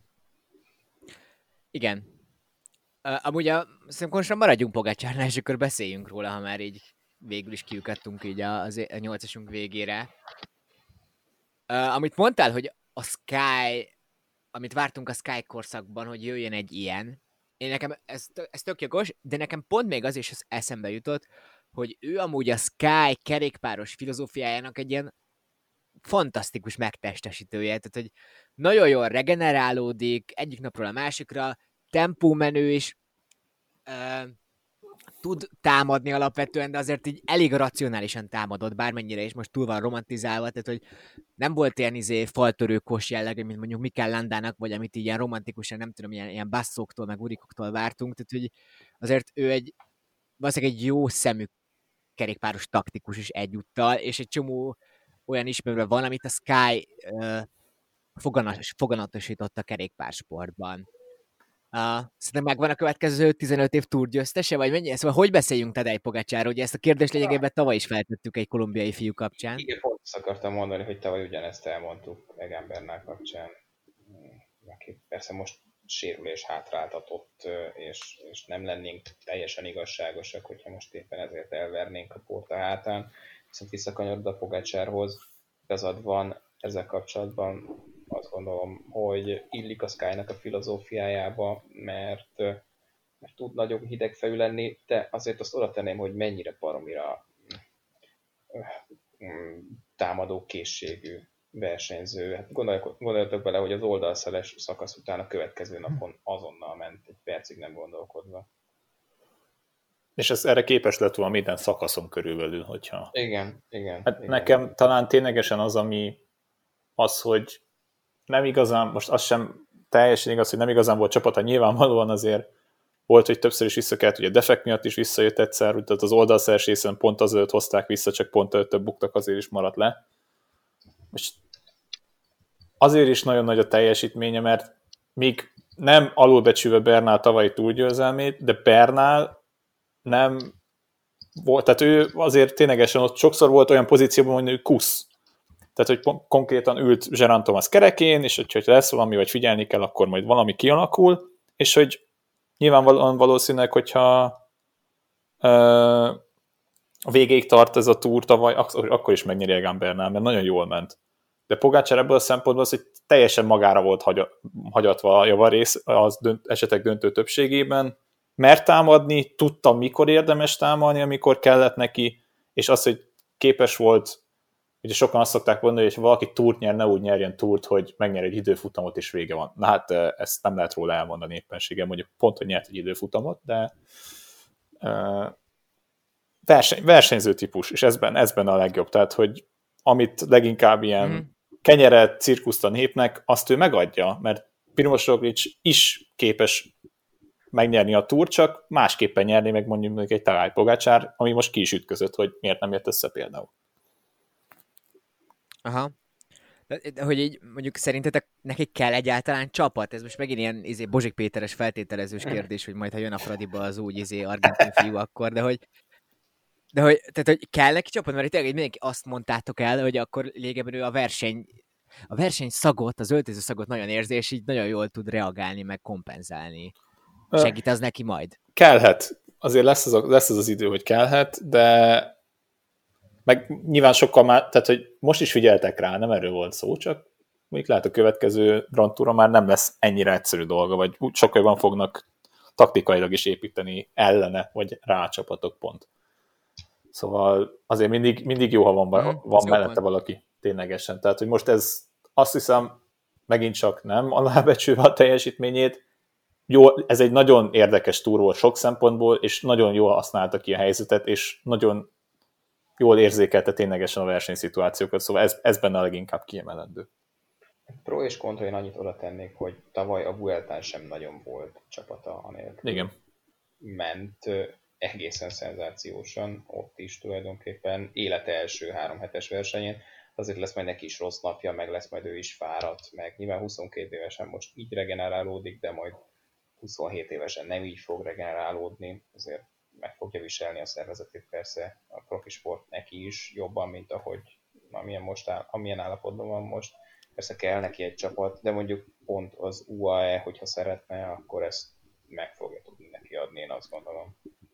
Igen. Amúgy szerintem maradjunk Pogačarnál, és akkor beszéljünk róla, ha már így végül is kiukadtunk így a 8-asunk végére. Amit mondtál, hogy a Sky, amit vártunk a Sky korszakban, hogy jöjjön egy ilyen, nekem ez tök jogos, de nekem pont még az is eszembe jutott, hogy ő amúgy a Sky kerékpáros filozófiájának egy ilyen fantasztikus megtestesítője, tehát hogy nagyon jól regenerálódik egyik napról a másikra, tempómenő is. tud támadni alapvetően, de azért így elég racionálisan támadott, bármennyire is most túl van romantizálva, tehát hogy nem volt ilyen faltörőkos jellegű, mint mondjuk Mikel Landának, vagy amit így ilyen romantikusan, nem tudom, ilyen basszoktól, meg urikoktól vártunk, tehát hogy azért ő valószínűleg egy jó szemű kerékpáros taktikus is egyúttal, és egy csomó olyan ismerve van, amit a Sky foganatosított a kerékpársportban. Szerintem megvan a következő 15 év Tour győztese, vagy mennyi? Szóval hogy beszéljünk Tadej Pogačarról? Ugye ezt a kérdést lényegében tavaly is feltettük egy kolumbiai fiú kapcsán. Igen, pont azt akartam mondani, hogy tavaly ugyanezt elmondtuk Egan Bernal kapcsán. Aki persze most sérülés hátráltatott, és nem lennénk teljesen igazságosak, hogyha most éppen ezért elvernénk a Porta hátán. Viszont visszakanyarod a Pogačarhoz, igazad van ezzel kapcsolatban, azt gondolom, hogy illik a Sky-nak a filozófiájába, mert tud nagyon hidegfejű lenni, de azért azt oda tenném, hogy mennyire baromira támadó készségű versenyző. Hát gondoljatok bele, hogy az oldalszeles szakasz után a következő napon azonnal ment, egy percig nem gondolkodva. És ez erre képes lett volna minden szakaszon körülbelül, hogyha... Igen. Hát igen. Nekem talán ténylegesen az, hogy nem igazán, most az sem teljesen igaz, hogy nem igazán volt csapata, nyilvánvalóan azért volt, hogy többször is vissza kellett, ugye a defekt miatt is visszajött egyszer, tehát az oldalszeres részen pont azelőtt hozták vissza, csak pont előtt buktak, azért is maradt le. És azért is nagyon nagy a teljesítménye, mert még nem alulbecsülve Bernal tavalyi túlgyőzelmét, de Bernal nem volt, tehát ő azért ténylegesen ott sokszor volt olyan pozícióban, hogy ő kusz. Tehát, hogy konkrétan ült Geraint Thomas kerekén, és hogyha lesz valami, vagy figyelni kell, akkor majd valami kialakul, és hogy nyilvánvalóan valószínűleg, hogyha a végéig tart ez a túr tavaly, akkor is megnyeri Egan Bernal, mert nagyon jól ment. De Pogačar ebből a szempontból az, hogy teljesen magára volt hagyatva a javarész az esetek döntő többségében, mert támadni, tudta, mikor érdemes támadni, amikor kellett neki, és az, hogy képes volt, ugye sokan azt szokták mondani, hogy ha valaki túrt nyer, ne úgy nyerjen túrt, hogy megnyer egy időfutamot, és vége van. Na hát ezt nem lehet róla elmondani éppenséggel, mondjuk pont, hogy nyert egy időfutamot, de versenyző típus, és ez benne a legjobb. Tehát, hogy amit leginkább ilyen kenyeret, cirkuszt a népnek, azt ő megadja, mert Primož Roglič is képes megnyerni a túrt, csak másképpen nyerni meg mondjuk egy Tadej Pogačar, ami most ki is ütközött, hogy miért nem jött össze például. Aha. De hogy így mondjuk szerintetek nekik kell egyáltalán csapat? Ez most megint ilyen Bozsik Péteres feltételezős kérdés, hogy majd ha jön a Fradiba az úgy argentin fiú akkor, de hogy tehát, hogy kell neki csapat? Mert itt mindenki azt mondtátok el, hogy akkor lényegében ő a verseny szagot, az öltöző szagot nagyon érzi, és így nagyon jól tud reagálni, meg kompenzálni. Segít az neki majd? Kellhet. Azért lesz az idő, hogy kellhet, de meg nyilván sokkal már, tehát hogy most is figyeltek rá, nem erről volt szó, csak még lehet a következő Grand Touron már nem lesz ennyire egyszerű dolga, vagy sokkal jobban fognak taktikailag is építeni ellene, vagy rá a csapatok pont. Szóval azért mindig jó, ha van mellette valaki ténylegesen. Tehát, hogy most ez azt hiszem megint csak nem alábecsülve a teljesítményét. Jó, ez egy nagyon érdekes túr volt sok szempontból, és nagyon jól használta ki a helyzetet, és nagyon jól érzékelte ténylegesen a versenyszituációkat, szóval ez benne a leginkább kiemelendő. Pro és kontra én annyit oda tennék, hogy tavaly a Vueltán sem nagyon volt csapata anélkül. Igen. Ment egészen szenzációsan, ott is tulajdonképpen élete első 3 hetes versenyén, azért lesz majd neki is rossz napja, meg lesz majd ő is fáradt, meg nyilván 22 évesen most így regenerálódik, de majd 27 évesen nem így fog regenerálódni, azért meg fogja viselni a szervezetét persze a profi sport neki is jobban, mint amilyen állapotban van most. Persze kell neki egy csapat, de mondjuk pont az UAE, hogyha szeretne, akkor ezt meg fogja tudni neki adni, én azt gondolom.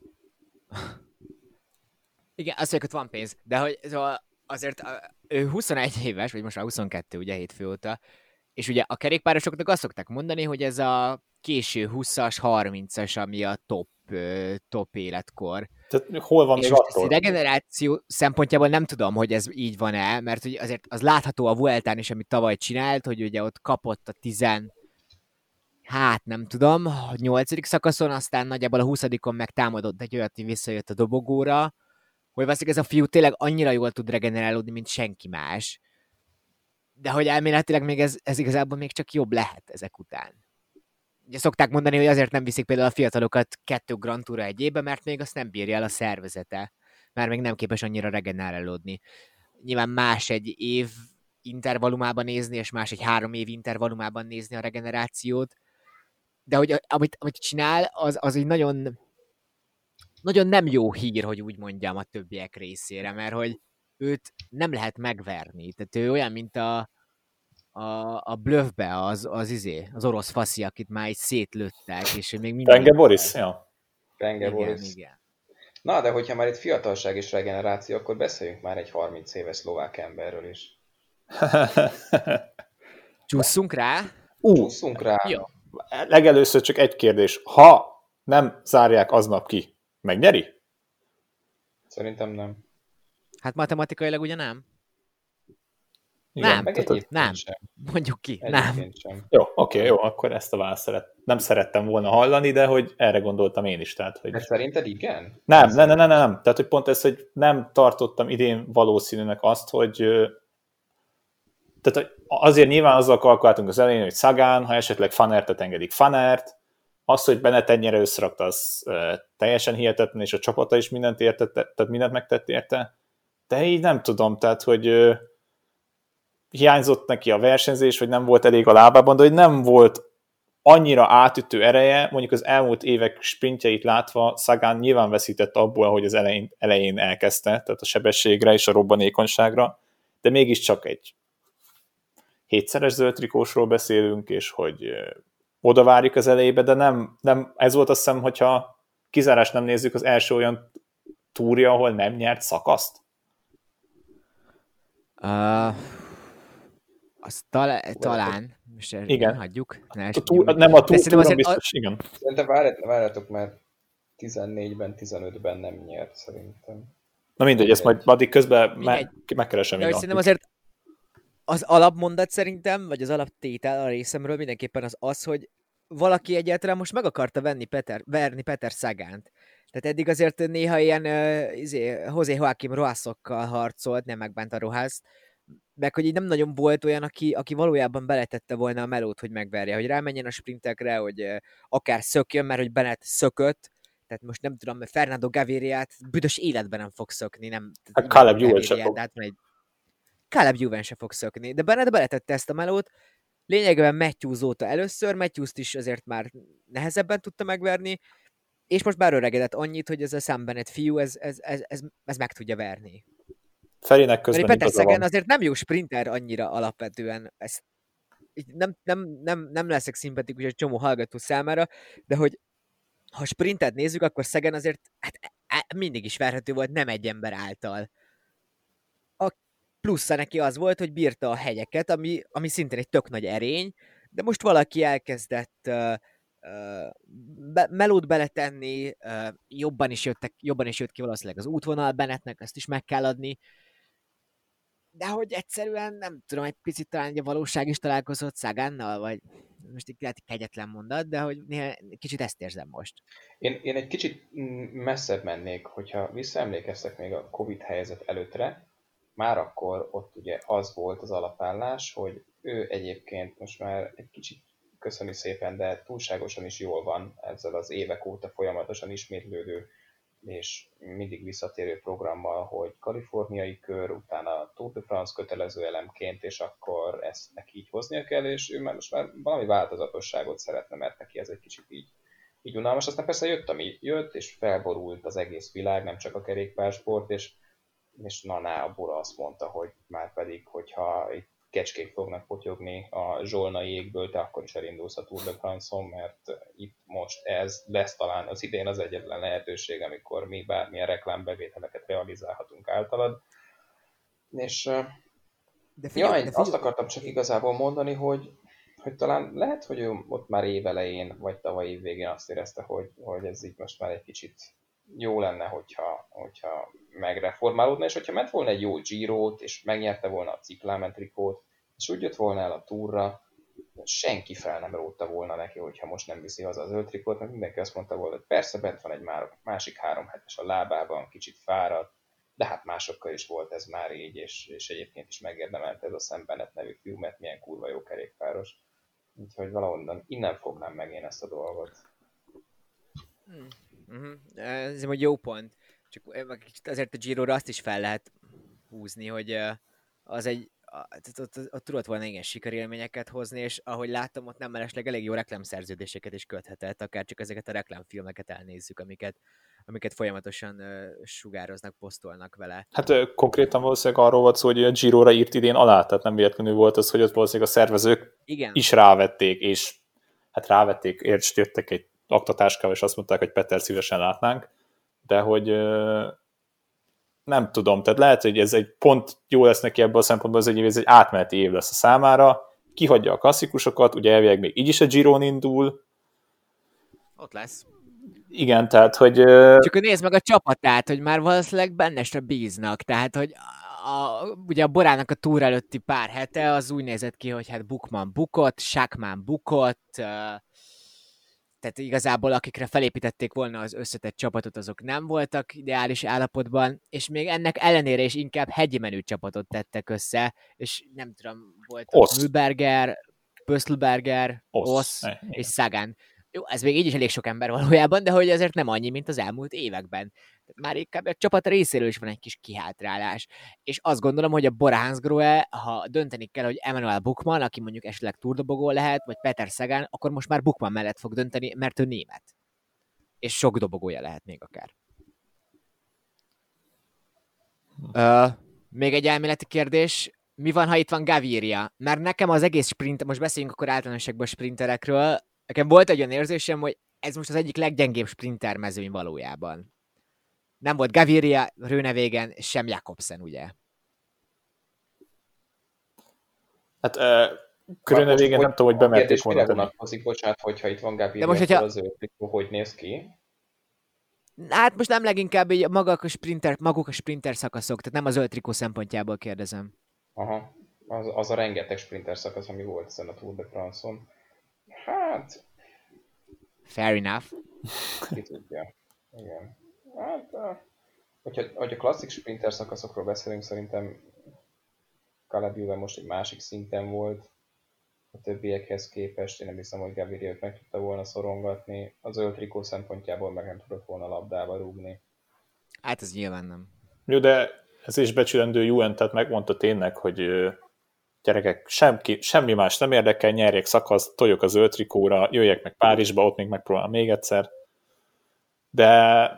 Igen, azt mondjuk, hogy van pénz, de hogy szóval azért ő 21 éves, vagy most már 22 ugye hétfő óta, és ugye a kerékpárosoknak azt szokták mondani, hogy ez a késő 20-as, 30-as, ami a top életkor. Tehát hol van és még attól? A regeneráció szempontjából nem tudom, hogy ez így van-e, mert hogy azért az látható a Vueltán is, amit tavaly csinált, hogy ugye ott kapott a hát nem tudom, a 8. szakaszon, aztán nagyjából a 20-on meg támadott egy olyat, hogy visszajött a dobogóra, hogy valószínűleg ez a fiú tényleg annyira jól tud regenerálódni, mint senki más. De hogy elméletileg még ez igazából még csak jobb lehet ezek után. Ugye szokták mondani, hogy azért nem viszik például a fiatalokat 2 Grand Tourra egy évbe, mert még azt nem bírja el a szervezete. Már még nem képes annyira regenerálódni. Nyilván más egy év intervallumában nézni, és más egy 3 év intervallumában nézni a regenerációt. De hogy amit csinál, az egy nagyon, nagyon nem jó hír, hogy úgy mondjam, a többiek részére, mert hogy őt nem lehet megverni. Tehát ő olyan, mint a Bluffbe az orosz faszi, akit már így szétlőttek, és még mindig... Renge Boris, ja. Renge Boris. Igen. Na, de hogyha már itt fiatalság és regeneráció, akkor beszéljünk már egy 30 éves szlovák emberről is. Csúszunk rá? Csúszunk rá. Jó. Legelőször csak egy kérdés. Ha nem zárják aznap ki, megnyeri? Szerintem nem. Hát matematikailag ugye nem? Igen, Nem, Meg tehát egyébként nem. sem. Mondjuk ki, nem. Egyébként sem. Jó, oké, jó, akkor ezt a választ nem szerettem volna hallani, de hogy erre gondoltam én is. Tehát, hogy... De szerinted igen? Nem. Tehát, hogy pont ez, hogy nem tartottam idén valószínűnek azt, hogy tehát azért nyilván azzal kalkuláltunk az elején, hogy Sagan, ha esetleg Fanertet engedik Fanert, az, hogy Bennett ennyire összerakta, az teljesen hihetetlen, és a csapata is mindent értett, tehát mindent megtett érte, de így nem tudom, tehát, hogy hiányzott neki a versenyzés, vagy nem volt elég a lábában, de hogy nem volt annyira átütő ereje, mondjuk az elmúlt évek sprintjeit látva Sagan nyilván veszített abból, hogy az elején elkezdte, tehát a sebességre és a robbanékonyságra, de mégiscsak egy 7-szeres zöld trikósról beszélünk, és hogy oda várjuk az elejébe, de nem ez volt, azt hiszem, hogyha kizárás nem nézzük, az első olyan túrja, ahol nem nyert szakaszt? Azt talán, most igen. hagyjuk. Nem a túron biztos, igen. Szerintem várjátok, mert 14-ben, 15-ben nem nyert, szerintem. Na mindegy, ezt majd addig közben megkeresem. De szerintem azért az alapmondat szerintem, vagy az alaptétel a részemről mindenképpen az, hogy valaki egyáltalán most meg akarta verni Peter Sagant. Tehát eddig azért néha ilyen José Joaquim Roasokkal harcolt, nem megbánta Rohászt, meg hogy így nem nagyon volt olyan, aki valójában beletette volna a melót, hogy megverje, hogy rámenjen a sprintekre, hogy akár szökjön, mert hogy Bennett szökött, tehát most nem tudom, Fernando Gaviriát büdös életben nem fog szökni, nem. Hát Caleb Ewan se fog. Caleb Ewan se fog szökni, de Bennett beletette ezt a melót, lényegében Matthews óta először, Matthews-t is azért már nehezebben tudta megverni, és most már öregedett annyit, hogy ez a Sam Bennett fiú, ez meg tudja verni. Ferinek közben Peter Sagan azért nem jó sprinter annyira alapvetően, nem leszek szimpatikus egy csomó hallgató számára, de hogy ha sprintet nézzük, akkor Sagan azért mindig is verhető volt, nem egy ember által. A plusza neki az volt, hogy bírta a hegyeket, ami szintén egy tök nagy erény, de most valaki elkezdett melót beletenni, jobban is jött ki valószínűleg az útvonal Bennettnek, ezt is meg kell adni, de hogy egyszerűen nem tudom, egy picit talán a valóság is találkozott Sagannal, vagy most így lehet kegyetlen mondat, de hogy néha kicsit ezt érzem most. Én egy kicsit messzebb mennék, hogyha visszaemlékeztek még a Covid helyzet előttre, már akkor ott ugye az volt az alapállás, hogy ő egyébként most már egy kicsit köszöni szépen, de túlságosan is jól van ezzel az évek óta folyamatosan ismétlődő és mindig visszatérő programmal, hogy kaliforniai kör, utána Tour de France kötelező elemként, és akkor ezt neki így hoznia kell, és ő most már valami változatosságot szeretne, mert neki ez egy kicsit így unalmas. Aztán persze jött, ami jött, és felborult az egész világ, nem csak a kerékpársport, és a Bora azt mondta, hogy már pedig, hogyha itt kecskék fognak potyogni a zsolnai égből, te akkor is elindulsz a Tour de France-on, mert itt most ez lesz talán az idén az egyetlen lehetőség, amikor mi bármilyen reklámbevételeket realizálhatunk általad. És azt akartam csak igazából mondani, hogy talán lehet, hogy ő ott már évelején, vagy tavaly év végén azt érezte, hogy ez így most már egy kicsit jó lenne, hogyha megreformálódna, és hogyha ment volna egy jó Girót, és megnyerte volna a Cyclamen trikót, és úgy jött volna el a túrra, senki fel nem rótta volna neki, hogyha most nem viszi haza az zöld trikót, mert mindenki azt mondta volna, hogy persze bent van egy másik 3 hetes a lábában, kicsit fáradt, de hát másokkal is volt ez már így, és egyébként is megérdemelte ez a Sam Bennett nevű fiú, mert milyen kurva jó kerékpáros. Úgyhogy valahonnan innen fognám meg én ezt a dolgot. Ez egy jó pont. Csak azért a Giro-ra azt is fel lehet húzni, hogy az egy ott tudott volna igen sikerélményeket hozni, és ahogy láttam, ott nem mellesleg elég jó reklámszerződéseket is köthetett, akár csak ezeket a reklámfilmeket elnézzük, amiket folyamatosan sugároznak, posztolnak vele. Hát konkrétan valószínűleg arról volt szó, hogy a Giro-ra írt idén alá, tehát nem véletlenül volt az, hogy ott valószínűleg a szervezők is rávették, és hát rávették, jöttek egy aktatáskával, és azt mondták, hogy Peter szívesen látnánk, de hogy nem tudom, tehát lehet, hogy ez egy pont jó lesz neki ebből a szempontból, ez egy átmeneti év lesz a számára, kihagyja a klasszikusokat, ugye elvileg még így is a Giron indul. Ott lesz. Igen, tehát, hogy... Csak nézd meg a csapatát, hogy már valószínűleg bennesre bíznak, tehát, hogy ugye a Borának a túr előtti pár hete az úgy nézett ki, hogy hát Buchmann bukott, Schachmann bukott, tehát igazából akikre felépítették volna az összetett csapatot, azok nem voltak ideális állapotban, és még ennek ellenére is inkább hegyi menő csapatot tettek össze, és nem tudom, volt Mühlberger, Pöstlberger, Oss és Sagan. Jó, ez még így is elég sok ember valójában, de hogy azért nem annyi, mint az elmúlt években. Már inkább a csapat részéről is van egy kis kihátrálás. És azt gondolom, hogy a Bora-Hansgrohe, ha dönteni kell, hogy Emanuel Buchmann, aki mondjuk esetleg túrdobogó lehet, vagy Peter Sagan, akkor most már Buchmann mellett fog dönteni, mert ő német. És sok dobogója lehet még akár. Még egy elméleti kérdés. Mi van, ha itt van Gaviria? Mert nekem az egész sprint, most beszéljünk akkor általánosságban sprinterekről, nekem volt egy olyan érzésem, hogy ez most az egyik leggyengébb sprinter mezőny valójában. Nem volt Gaviria, Rőnevégen, sem Jakobsen, ugye? Hát Rőnevégen nem tudom, hogy bemerték volna. Kérdés, mire vonatkozik, bocsánat, hogyha itt van Gaviria, akkor az ő trikó hogy néz ki? Hát most nem leginkább így maguk a sprinter szakaszok, tehát nem az zöld trikó szempontjából kérdezem. Aha, az a rengeteg sprinter szakasz, ami volt ezen a Tour de France-on. Hát... Fair enough. Ki tudja. Igen. Hát, hogyha klasszik sprinter szakaszokról beszélünk, szerintem Caleb Ewan most egy másik szinten volt a többiekhez képest. Én nem hiszem, hogy Gaviria meg tudta volna szorongatni. A zöld trikó szempontjából meg nem tudott volna labdába rúgni. Hát ez nyilván nem. Jó, de ez is becsülendő Ewan, tehát megmondta tényleg, hogy gyerekek, semmi más nem érdekel, nyerjék szakasz, toljok a zöld trikóra, jöjjek meg Párizsba, ott még megpróbálom még egyszer. De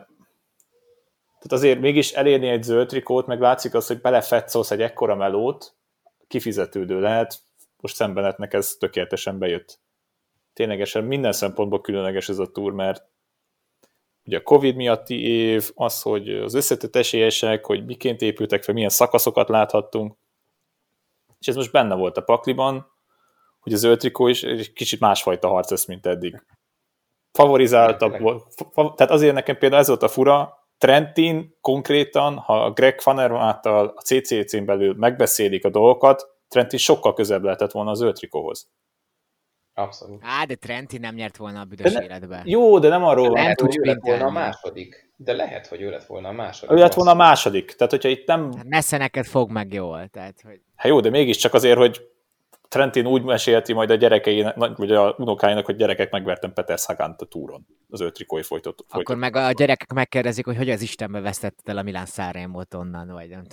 tehát azért mégis elérni egy zöld trikót, meg látszik az, hogy belefetszolsz egy ekkora melót, kifizetődő lehet, most Szembenetnek ez tökéletesen bejött. Ténylegesen minden szempontból különleges ez a túr, mert ugye a Covid miatti év, az, hogy az összetett esélyesek, hogy miként épültek fel, milyen szakaszokat láthattunk, és ez most benne volt a pakliban, hogy a zöld trikó is egy kicsit másfajta harc lesz, mint eddig. Favorizáltabb volt, tehát azért nekem például ez volt a fura, Trentin konkrétan, ha Greg Van Avermaettel a CCC-n belül megbeszélik a dolgokat, Trentin sokkal közebb lehetett volna a zöld trikóhoz. Abszolút. De Trentin nem nyert volna a büdös életbe. Jó, de nem arról van. Lehet, hogy ő lett volna a második. De lehet, hogy ő lett volna a második. Ő lett volna a második. Tehát, hogyha itt nem... Messze neked fog meg jól. Tehát, hogy... Hát jó, de mégiscsak azért, hogy Trentin úgy mesélti majd a gyerekeinek, vagy a unokáinak, hogy gyerekek, megvertem Peter Sagant a túron. Az ő trikói folytott. Akkor meg a gyerekek megkérdezik, hogy az Istenbe vesztetted el a Milán Sanremót onnan, vagy nem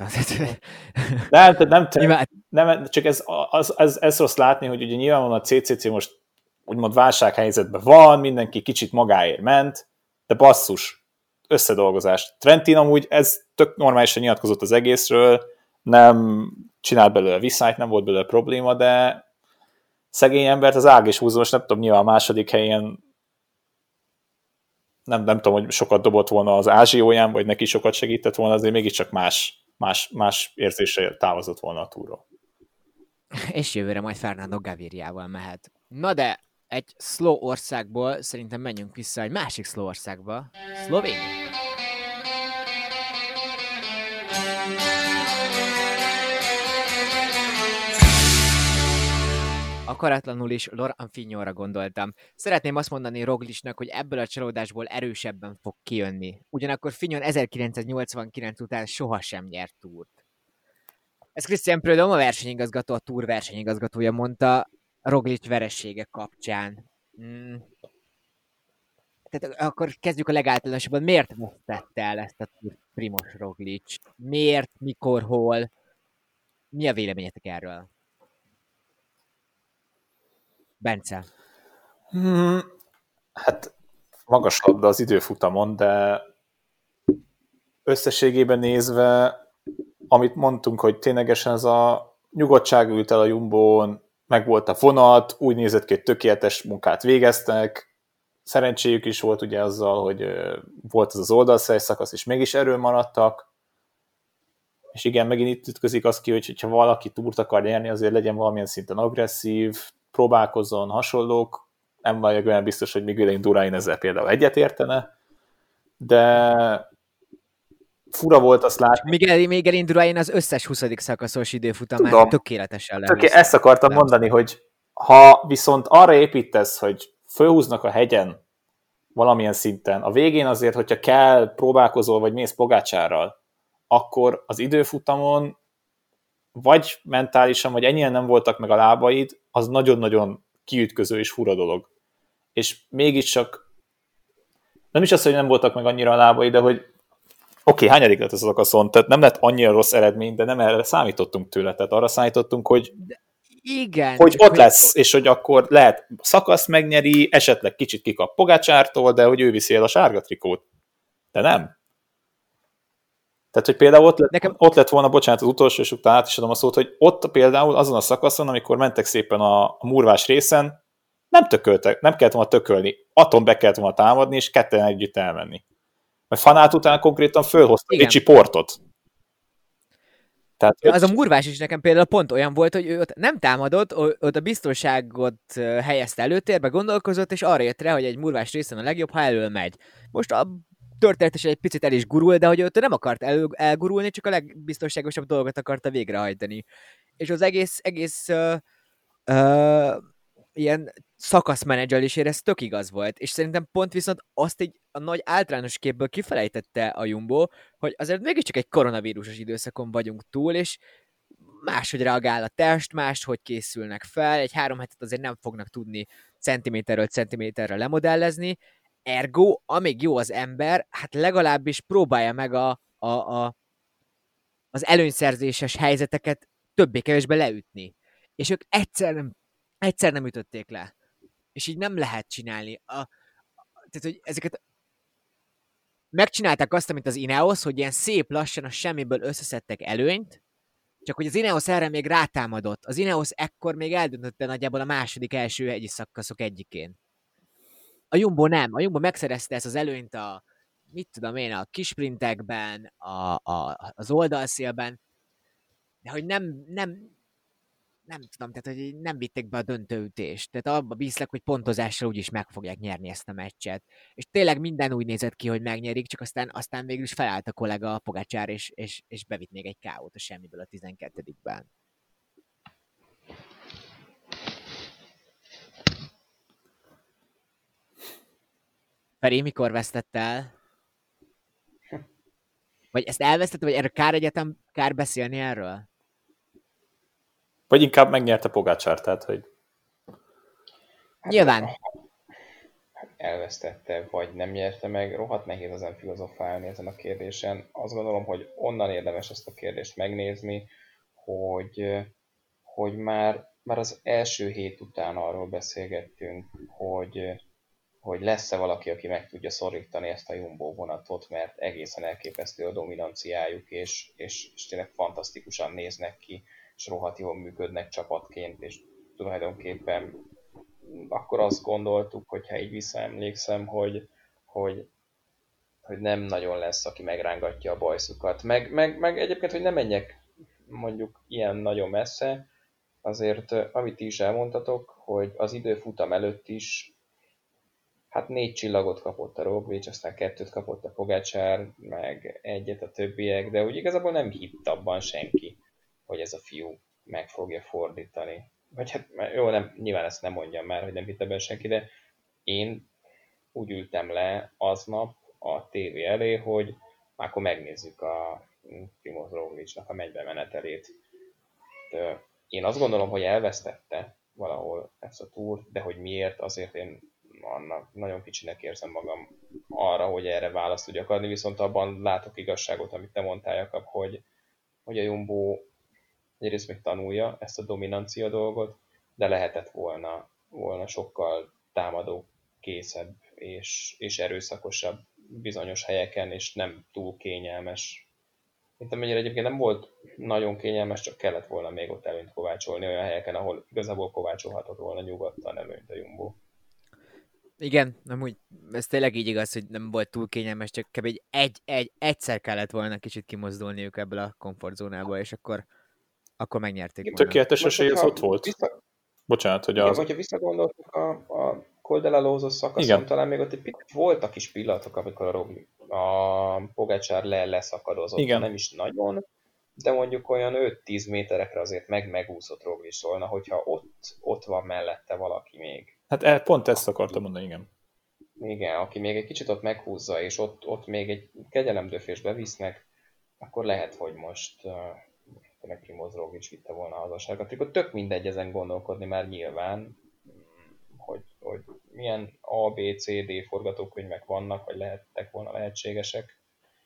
tudom. Nem, csak ez rossz látni, hogy ugye nyilvánvalóan a CCC most úgymond válsághelyzetben van, mindenki kicsit magáért ment, de basszus, összedolgozás. Trentin amúgy ez tök normálisan nyilatkozott az egészről, nem csinált belőle visszájt, nem volt belőle probléma, de szegény embert az ág és húzó, most nem tudom, nyilván a második helyen nem tudom, hogy sokat dobott volna az ázsióján, vagy neki sokat segített volna, azért mégiscsak más érzésre távozott volna a túról. És jövőre majd Fernando Gaviriával mehet. Na de egy slow országból szerintem menjünk vissza egy másik slow országba, Szlovénia. akaratlanul is Laurent Fignonra gondoltam. Szeretném azt mondani Roglicnak, hogy ebből a csalódásból erősebben fog kijönni. Ugyanakkor Fignon 1989 után sohasem nyert túrt. Ez Christian Prudhomme, a versenyigazgató, a túr versenyigazgatója mondta Roglic veressége kapcsán. Tehát akkor kezdjük a legáltalánosabban. Miért vesztette el ezt a túrt Primož Roglic? Miért, mikor, hol? Mi a véleményetek erről? Bence. Hát magas labda az időfutamon, de összességében nézve, amit mondtunk, hogy ténylegesen ez a nyugodtság ült el a Jumbón, meg volt a vonat, úgy nézett ki, hogy tökéletes munkát végeztek, szerencséjük is volt ugye azzal, hogy volt az oldalszáj szakasz, és mégis erről maradtak, és igen, megint itt ütközik az ki, hogy ha valaki túrt akar nyerni, azért legyen valamilyen szinten agresszív, próbálkozzon, hasonlók, nem vagyok olyan biztos, hogy Miguel Indurain ezzel például egyetértene, de fura volt azt látni. Miguel Indurain az összes 20. szakaszos időfutamán tökéletesen lehúzta. Ezt akartam mondani, hogy ha viszont arra építesz, hogy fölhúznak a hegyen valamilyen szinten, a végén azért, hogyha kell, próbálkozol, vagy mész Pogácsárral, akkor az időfutamon vagy mentálisan, vagy ennyien nem voltak meg a lábaid, az nagyon-nagyon kiütköző és fura dolog. És mégiscsak nem is az, hogy nem voltak meg annyira a lábaid, de hogy oké, hányadik lett ez a szakaszon, tehát nem lett annyira rossz eredmény, de nem erre számítottunk tőle, tehát arra számítottunk, hogy igen, hogy ott lesz, és hogy akkor lehet szakaszt megnyeri, esetleg kicsit kikap Pogácsártól, de hogy ő viszi el a sárga trikót. De nem. Tehát, hogy például ott lett volna, bocsánat, az utolsó, és utána át is adom a szót, hogy ott például azon a szakaszon, amikor mentek szépen a murvás részen, nem kellett volna tökölni, be kellett volna támadni, és ketten együtt elmenni. Mert Fanát után konkrétan fölhozta Ricci Portot. Tehát, az a murvás is nekem például pont olyan volt, hogy ő ott nem támadott, ott a biztonságot helyezte előtérbe, gondolkozott, és arra jött rá, hogy egy murvás részen a legjobb, ha elől megy. Most a történetesen egy picit el is gurul, de hogy ott nem akart elgurulni, csak a legbiztonságosabb dolgot akarta végrehajtani. És az egész ilyen szakaszmenedzselésére ez tök igaz volt, és szerintem pont viszont azt egy a nagy általános képből kifelejtette a Jumbo, hogy azért mégiscsak egy koronavírusos időszakon vagyunk túl, és máshogy reagál a test, máshogy készülnek fel, egy 3 hetet azért nem fognak tudni centiméterről centiméterre lemodellezni, ergo, amíg jó az ember, hát legalábbis próbálja meg az előnyszerzéses helyzeteket többé-kevésbé leütni. És ők egyszer nem ütötték le. És így nem lehet csinálni. Tehát, hogy ezeket megcsinálták azt, amit az Ineos, hogy ilyen szép lassan a semmiből összeszedtek előnyt, csak hogy az Ineos erre még rátámadott. Az Ineos ekkor még eldöntötte nagyjából a második első hegyi szakaszok egyikén. A Jumbo nem. A Jumbo megszerezte ezt az előnyt a kisprintekben, az oldalszélben, de hogy nem tudom, tehát hogy nem vitték be a döntőütést. Tehát abba bízlek, hogy pontozással úgyis meg fogják nyerni ezt a meccset. És tényleg minden úgy nézett ki, hogy megnyerik, csak aztán végül is felállt a kollega a Pogačar, és bevitt még egy KO-t a semmiből a 12-ben. Feri, mikor vesztett el? Vagy ezt elvesztette, vagy erről kár beszélni erről? Vagy inkább megnyerte Pogačar, tehát hogy... Nyilván. Elvesztette, vagy nem nyerte meg, rohadt nehéz ezen filozofálni ezen a kérdésen. Azt gondolom, hogy onnan érdemes ezt a kérdést megnézni, hogy már az első hét után arról beszélgettünk, hogy lesz-e valaki, aki meg tudja szorítani ezt a Jumbo vonatot, mert egészen elképesztő a dominanciájuk, és tényleg fantasztikusan néznek ki, és rohadt jól működnek csapatként, és tulajdonképpen akkor azt gondoltuk, hogyha így visszaemlékszem, hogy nem nagyon lesz, aki megrángatja a bajszukat. Meg egyébként, hogy nem menjek mondjuk ilyen nagyon messze, azért amit ti is elmondtatok, hogy az időfutam előtt is hát 4 csillagot kapott a Roglic, aztán 2 kapott a Pogačar, meg 1 a többiek, de úgy igazából nem hitt abban senki, hogy ez a fiú meg fogja fordítani. vagy hát jó, nem, nyilván ezt nem mondjam már, hogy nem hitt ebben senki, de én úgy ültem le aznap a tévé elé, hogy akkor megnézzük a Primoz Rogličnak a mennybe menetelét. De én azt gondolom, hogy elvesztette valahol ezt a túrt, de hogy miért, azért én annak nagyon kicsinek érzem magam arra, hogy erre választ tudjak adni, viszont abban látok igazságot, amit te mondtál, Jakab, hogy a Jumbo egyrészt még tanulja ezt a dominancia dolgot, de lehetett volna sokkal támadó készebb és erőszakosabb bizonyos helyeken, és nem túl kényelmes. Mint amennyire egyébként nem volt nagyon kényelmes, csak kellett volna még ott előnyt kovácsolni olyan helyeken, ahol igazából kovácsolhatott volna nyugodtan előnyt a Jumbo. Igen, amúgy ez tényleg így igaz, hogy nem volt túl kényelmes, csak kb. Egyszer kellett volna kicsit kimozdulniuk ebből a komfortzónából, és akkor megnyerték volna. Tökéletes esély az ott volt. Bocsánat, hogy az... Hogyha visszagondoltuk a Col de la Loza szakaszon, talán még ott egy picit voltak is pillanatok, amikor a Pogačar leszakadozott. Igen. Nem is nagyon, de mondjuk olyan 5-10 méterekre azért megúszott Roglič volna, hogyha ott van mellette valaki még. Hát pont ezt akartam mondani, igen. Igen, aki még egy kicsit ott meghúzza, és ott még egy kegyelemdöfés bevisznek, akkor lehet, hogy most tényleg Primoz Roglič vitte volna az a sárga trikót. Tök mindegy ezen gondolkodni már nyilván, hogy milyen A, B, C, D forgatókönyvek vannak, vagy lehettek volna lehetségesek.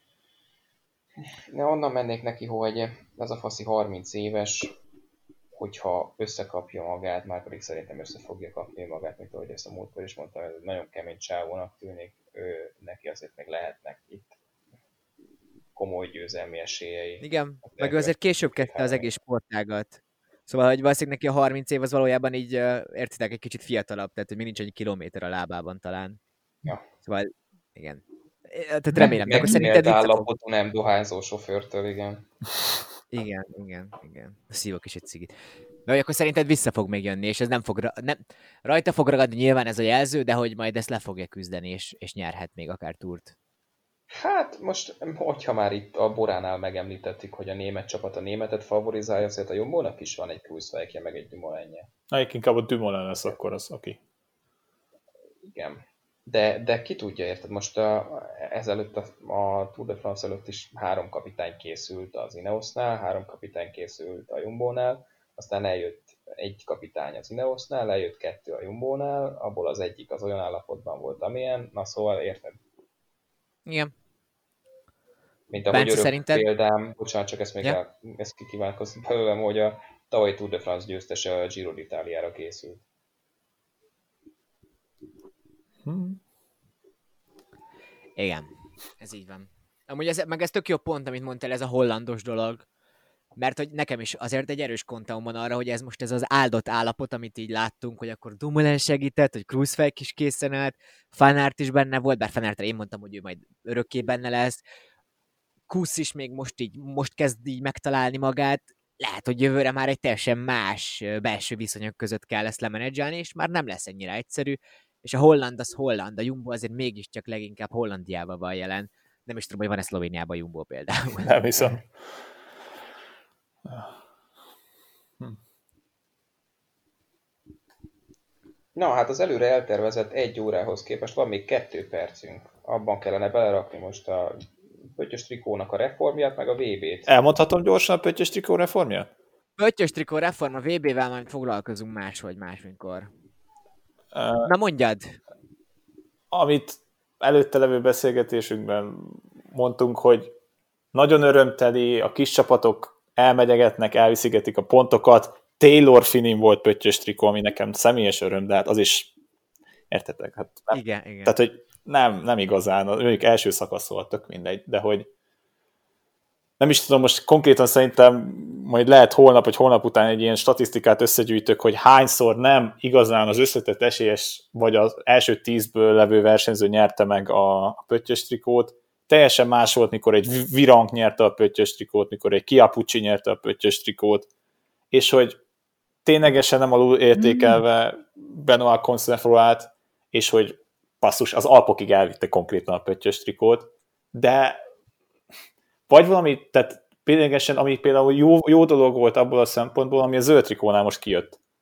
De onnan mennék neki, hogy ez a faszi 30 éves, hogyha összekapja magát, már pedig szerintem össze fogja kapni magát, mint ahogy ezt a múltkor is mondtam, ez egy nagyon kemény csávónak tűnik, neki azért még lehetnek itt komoly győzelmi esélyei. Igen, meg ő azért később kezdte az egész sportágat. Szóval, hogy valószínűleg neki a 30 év az valójában így, értitek, egy kicsit fiatalabb, tehát hogy még nincs egy kilométer a lábában talán. Ja. Szóval, igen. Tehát remélem, de akkor szerinted állapotú nem dohányzó sofőrtől, igen. Igen. Szívok is egy cigit. De hogy akkor szerinted vissza fog még jönni, és ez nem rajta fog ragadni nyilván ez a jelző, de hogy majd ezt le fogja küzdeni, és nyerhet még akár túrt. Hát most, hogyha már itt a Boránál megemlítettük, hogy a német csapat a németet favorizálja, azért a Jumbónak is van egy Kruijswijkje, meg egy Dumoulinje. Inkább a Dumoulin lesz akkor az, aki. Igen. De ki tudja, érted? Most ezelőtt a Tour de France előtt is 3 kapitány készült az Ineosnál, 3 kapitány készült a Jumbónál, aztán eljött 1 kapitány az Ineosnál, eljött 2 a Jumbónál, abból az egyik az olyan állapotban volt, amilyen, na szóval érted? Igen. Mint ahogy szerinted... példám, bocsánat, csak ezt még ezt kikívánkozni belőlem, hogy a tavalyi Tour de France győztese a Giro d'Italiára készült. Igen, ez így van. Amúgy ez tök jó pont, amit mondtál, ez a hollandos dolog. Mert hogy nekem is azért egy erős kontaum van arra, hogy ez most ez az áldott állapot, amit így láttunk, hogy akkor Dumoulin segített, hogy Kruijswijk is készen állt, Van Aert is benne volt, bár Van Aertre én mondtam, hogy ő majd örökké benne lesz. Kusz is még most kezd így megtalálni magát. Lehet, hogy jövőre már egy teljesen más belső viszonyok között kell ezt lemenedzselni, és már nem lesz ennyire egyszerű. És a holland az holland, a Jumbo azért mégiscsak leginkább Hollandiában van jelen. Nem is tudom, hogy van-e Szlovéniában Jumbo például. Nem hiszem. Na, hát az előre eltervezett 1 órához képest van még 2 percünk. Abban kellene belerakni most a Pöttyös trikónak a reformját, meg a VB-t. Elmondhatom gyorsan a Pöttyös trikó reformját? Pöttyös trikó reform, a VB-vel majd foglalkozunk máskor. Na mondjad! Amit előtte levő beszélgetésünkben mondtunk, hogy nagyon örömteli, a kis csapatok elmegyegetnek, elviszigetik a pontokat. Taylor Finin volt Pöttyös trikó, ami nekem személyes öröm, de hát az is, értetek? Hát nem, igen. Tehát, hogy nem igazán, mondjuk első szakasz volt, tök mindegy, de hogy nem is tudom, most konkrétan szerintem majd lehet holnap, vagy holnap után egy ilyen statisztikát összegyűjtök, hogy hányszor nem igazán az összetett esélyes, vagy az első 10-ből levő versenyző nyerte meg a Pöttyös trikót. Teljesen más volt, mikor egy Virank nyerte a Pöttyös trikót, mikor egy Chiappucci nyerte a Pöttyös trikót, és hogy ténylegesen nem alul értékelve Benoît Cosnefroy-t, és hogy passzus, az Alpokig elvitte konkrétan a Pöttyös trikót, de vagy valami, tehát ténylegesen, ami például jó dolog volt abból a szempontból, ami a zöld trikónál most kijött,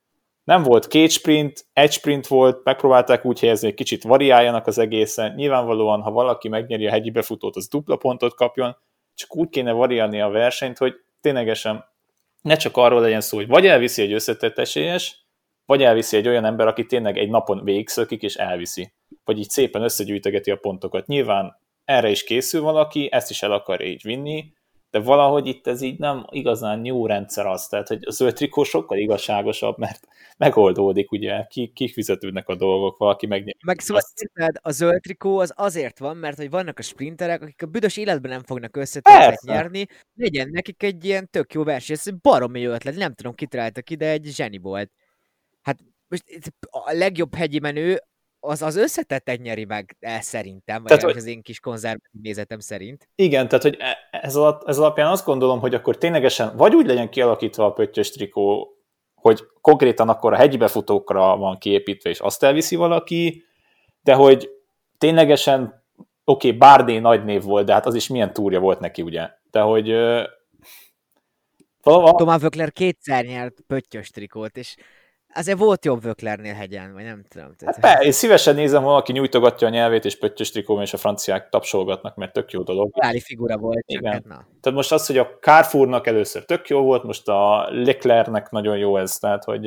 Nem volt 2 sprint, 1 sprint volt, megpróbálták úgy helyezni, hogy kicsit variáljanak az egészen. Nyilvánvalóan, ha valaki megnyeri a hegyi befutót, az dupla pontot kapjon, csak úgy kéne variálni a versenyt, hogy ténylegesen ne csak arról legyen szó, hogy vagy elviszi egy összetett esélyes, vagy elviszi egy olyan ember, aki tényleg egy napon végigszökik és elviszi. Vagy így szépen összegyűjtögeti a pontokat. Nyilván erre is készül valaki, ezt is el akarja így vinni, de valahogy itt ez így nem igazán jó rendszer az, tehát hogy a zöld trikó sokkal igazságosabb, mert megoldódik, ugye, kik fizetődnek a dolgok, valaki megnyeri. Meg szóval a zöld trikó az azért van, mert hogy vannak a sprinterek, akik a büdös életben nem fognak összetettet nyerni, legyen nekik egy ilyen tök jó verseny, ez baromi jó ötlet, nem tudom, kitaláltak ide, egy zseni volt. Hát most a legjobb hegyi menő az összetettet nyeri meg szerintem, vagy tehát, az én kis konzervatív nézetem szerint. Igen, tehát hogy ez alapján azt gondolom, hogy akkor ténylegesen vagy úgy legyen kialakítva a pöttyös trikó, hogy konkrétan akkor a hegyi befutókra van kiépítve, és azt elviszi valaki, de hogy ténylegesen, oké, Bardet nagy név volt, de hát az is milyen túrja volt neki, ugye? De hogy... Thomas Voeckler 2-szer nyert pöttyös trikót, és azért volt jobb Voecklernél hegyen, vagy nem tudom. Hát én szívesen nézem, ha valaki nyújtogatja a nyelvét, és pöttyös trikóban, és a franciák tapsolgatnak, mert tök jó dolog. Reáli figura volt. Igen. Hát, na. Tehát most az, hogy a Carrefournak először tök jó volt, most a Leclercnek nagyon jó ez, tehát hogy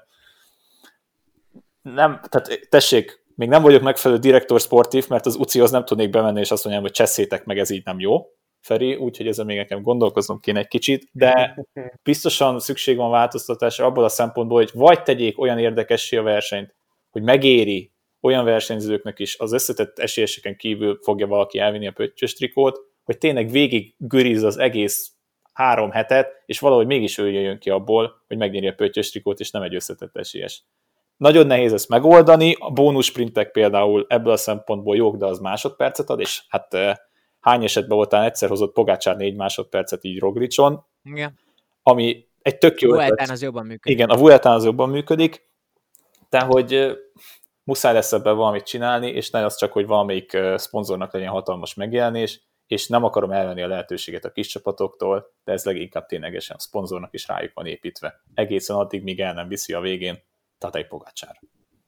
nem, tehát tessék, még nem vagyok megfelelő direktor sportív, mert az UCI-hoz nem tudnék bemenni, és azt mondjam, hogy cseszétek meg, ez így nem jó, Feri, úgyhogy ezzel még nekem gondolkoznom kéne egy kicsit, de biztosan szükség van változtatásra abból a szempontból, hogy vagy tegyék olyan érdekessé a versenyt, hogy megéri olyan versenyzőknek is az összetett esélyeseken kívül fogja valaki elvinni a pöttyös trikót, hogy tényleg végig güriz az egész 3 hetet, és valahogy mégis ő jön ki abból, hogy megnyeri a pöttyös trikót, és nem egy összetett esélyes. Nagyon nehéz ezt megoldani, a bónusz sprintek például ebből a szempontból jók, de az másodpercet ad, és hát hány esetben voltál egyszer hozott Pogačar 4 másodpercet így Roglicson, igen. Ami egy tök jó Vueltán az jobban működik. Igen, a Vueltán az jobban működik, de hogy muszáj lesz ebben valamit csinálni, és ne az csak, hogy valamelyik szponzornak legyen hatalmas megjelenés, és nem akarom elvenni a lehetőséget a kis csapatoktól, de ez leginkább ténylegesen a szponzornak is rájuk van építve. Egészen addig, míg el nem viszi a végén Tadej Pogačar.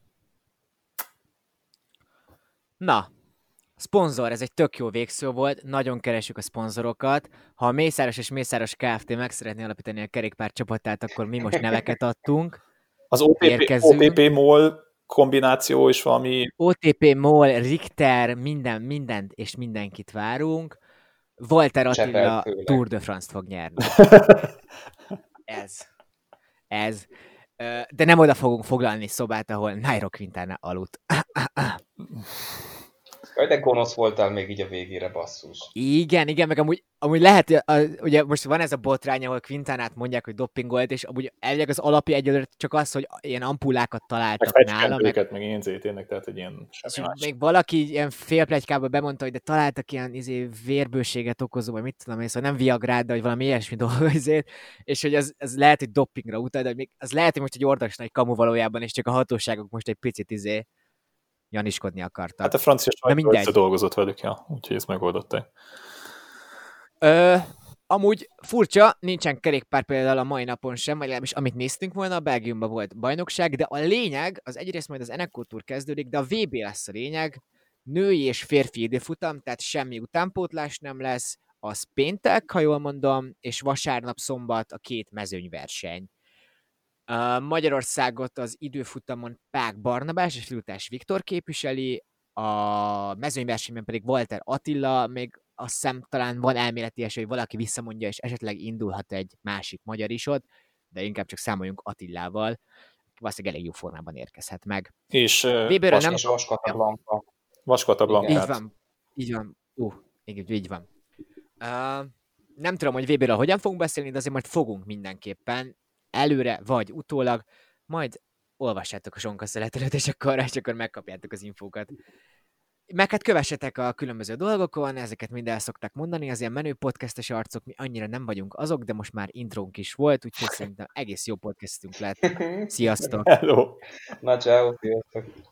Na, szponzor, ez egy tök jó végszó volt, nagyon keresjük a szponzorokat. Ha a Mészáros és Mészáros Kft. Meg szeretné alapítani a kerékpár csapatát, akkor mi most neveket adtunk. Az OTP MOL kombináció is valami... OTP MOL, Richter, mindent és mindenkit várunk. Walter Attila Tour de France-t fog nyerni. Ez. De nem oda fogunk foglalni szobát, ahol Nairo Quintana aludt. De gonosz voltál még így a végére, basszus. Igen, meg amúgy lehet, ugye most van ez a botrány, ahol Quintanát mondják, hogy doppingolt, és amúgy elvileg az alapja egyelőre csak az, hogy ilyen ampullákat találtak nála. Meg én tényleg, tehát egy ilyen semmi más. Még valaki ilyen félpletykában bemondta, hogy de találtak ilyen vérbőséget okozó, vagy mit tudom én, szóval nem Viagrát, de hogy valami ilyesmi dolgozét, és hogy ez lehet, hogy dopingra utal, de még az lehet, hogy most egy ordas nagy kamu valójában, és csak a hatóságok most egy picit janiskodni akartak. Hát a francia sajtó összedolgozott velük, ja, úgyhogy ezt megoldották. Amúgy furcsa, nincsen kerékpár például a mai napon sem, vagy legalábbis amit néztünk volna, a Belgiumban volt bajnokság, de a lényeg, az egyrészt majd az Eneco Tour kezdődik, de a VB lesz a lényeg, női és férfi időfutam, tehát semmi utánpótlás nem lesz, az péntek, ha jól mondom, és vasárnap, szombat a 2 mezőnyverseny. Magyarországot az időfutamon Pák Barnabás és Lutás Viktor képviseli, a mezőnyversenyben pedig Walter Attila, még azt hiszem talán van elméleti esély, hogy valaki visszamondja, és esetleg indulhat egy másik magyar is ott, de inkább csak számoljunk Attilával, valószínűleg elég jó formában érkezhet meg. És Vaskata Blankát. Így van. Így van. Nem tudom, hogy VB-ről hogyan fogunk beszélni, de azért majd fogunk mindenképpen. Előre vagy utólag, majd olvassátok a Sonka szeletelőt, és akkor megkapjátok az infókat. Meg hát kövessetek a különböző dolgokon, ezeket mind el szokták mondani, az ilyen menő podcastes arcok, mi annyira nem vagyunk azok, de most már intrónk is volt, úgyhogy szerintem egész jó podcastünk lett. Sziasztok! Hello! Na, ciao, sziasztok!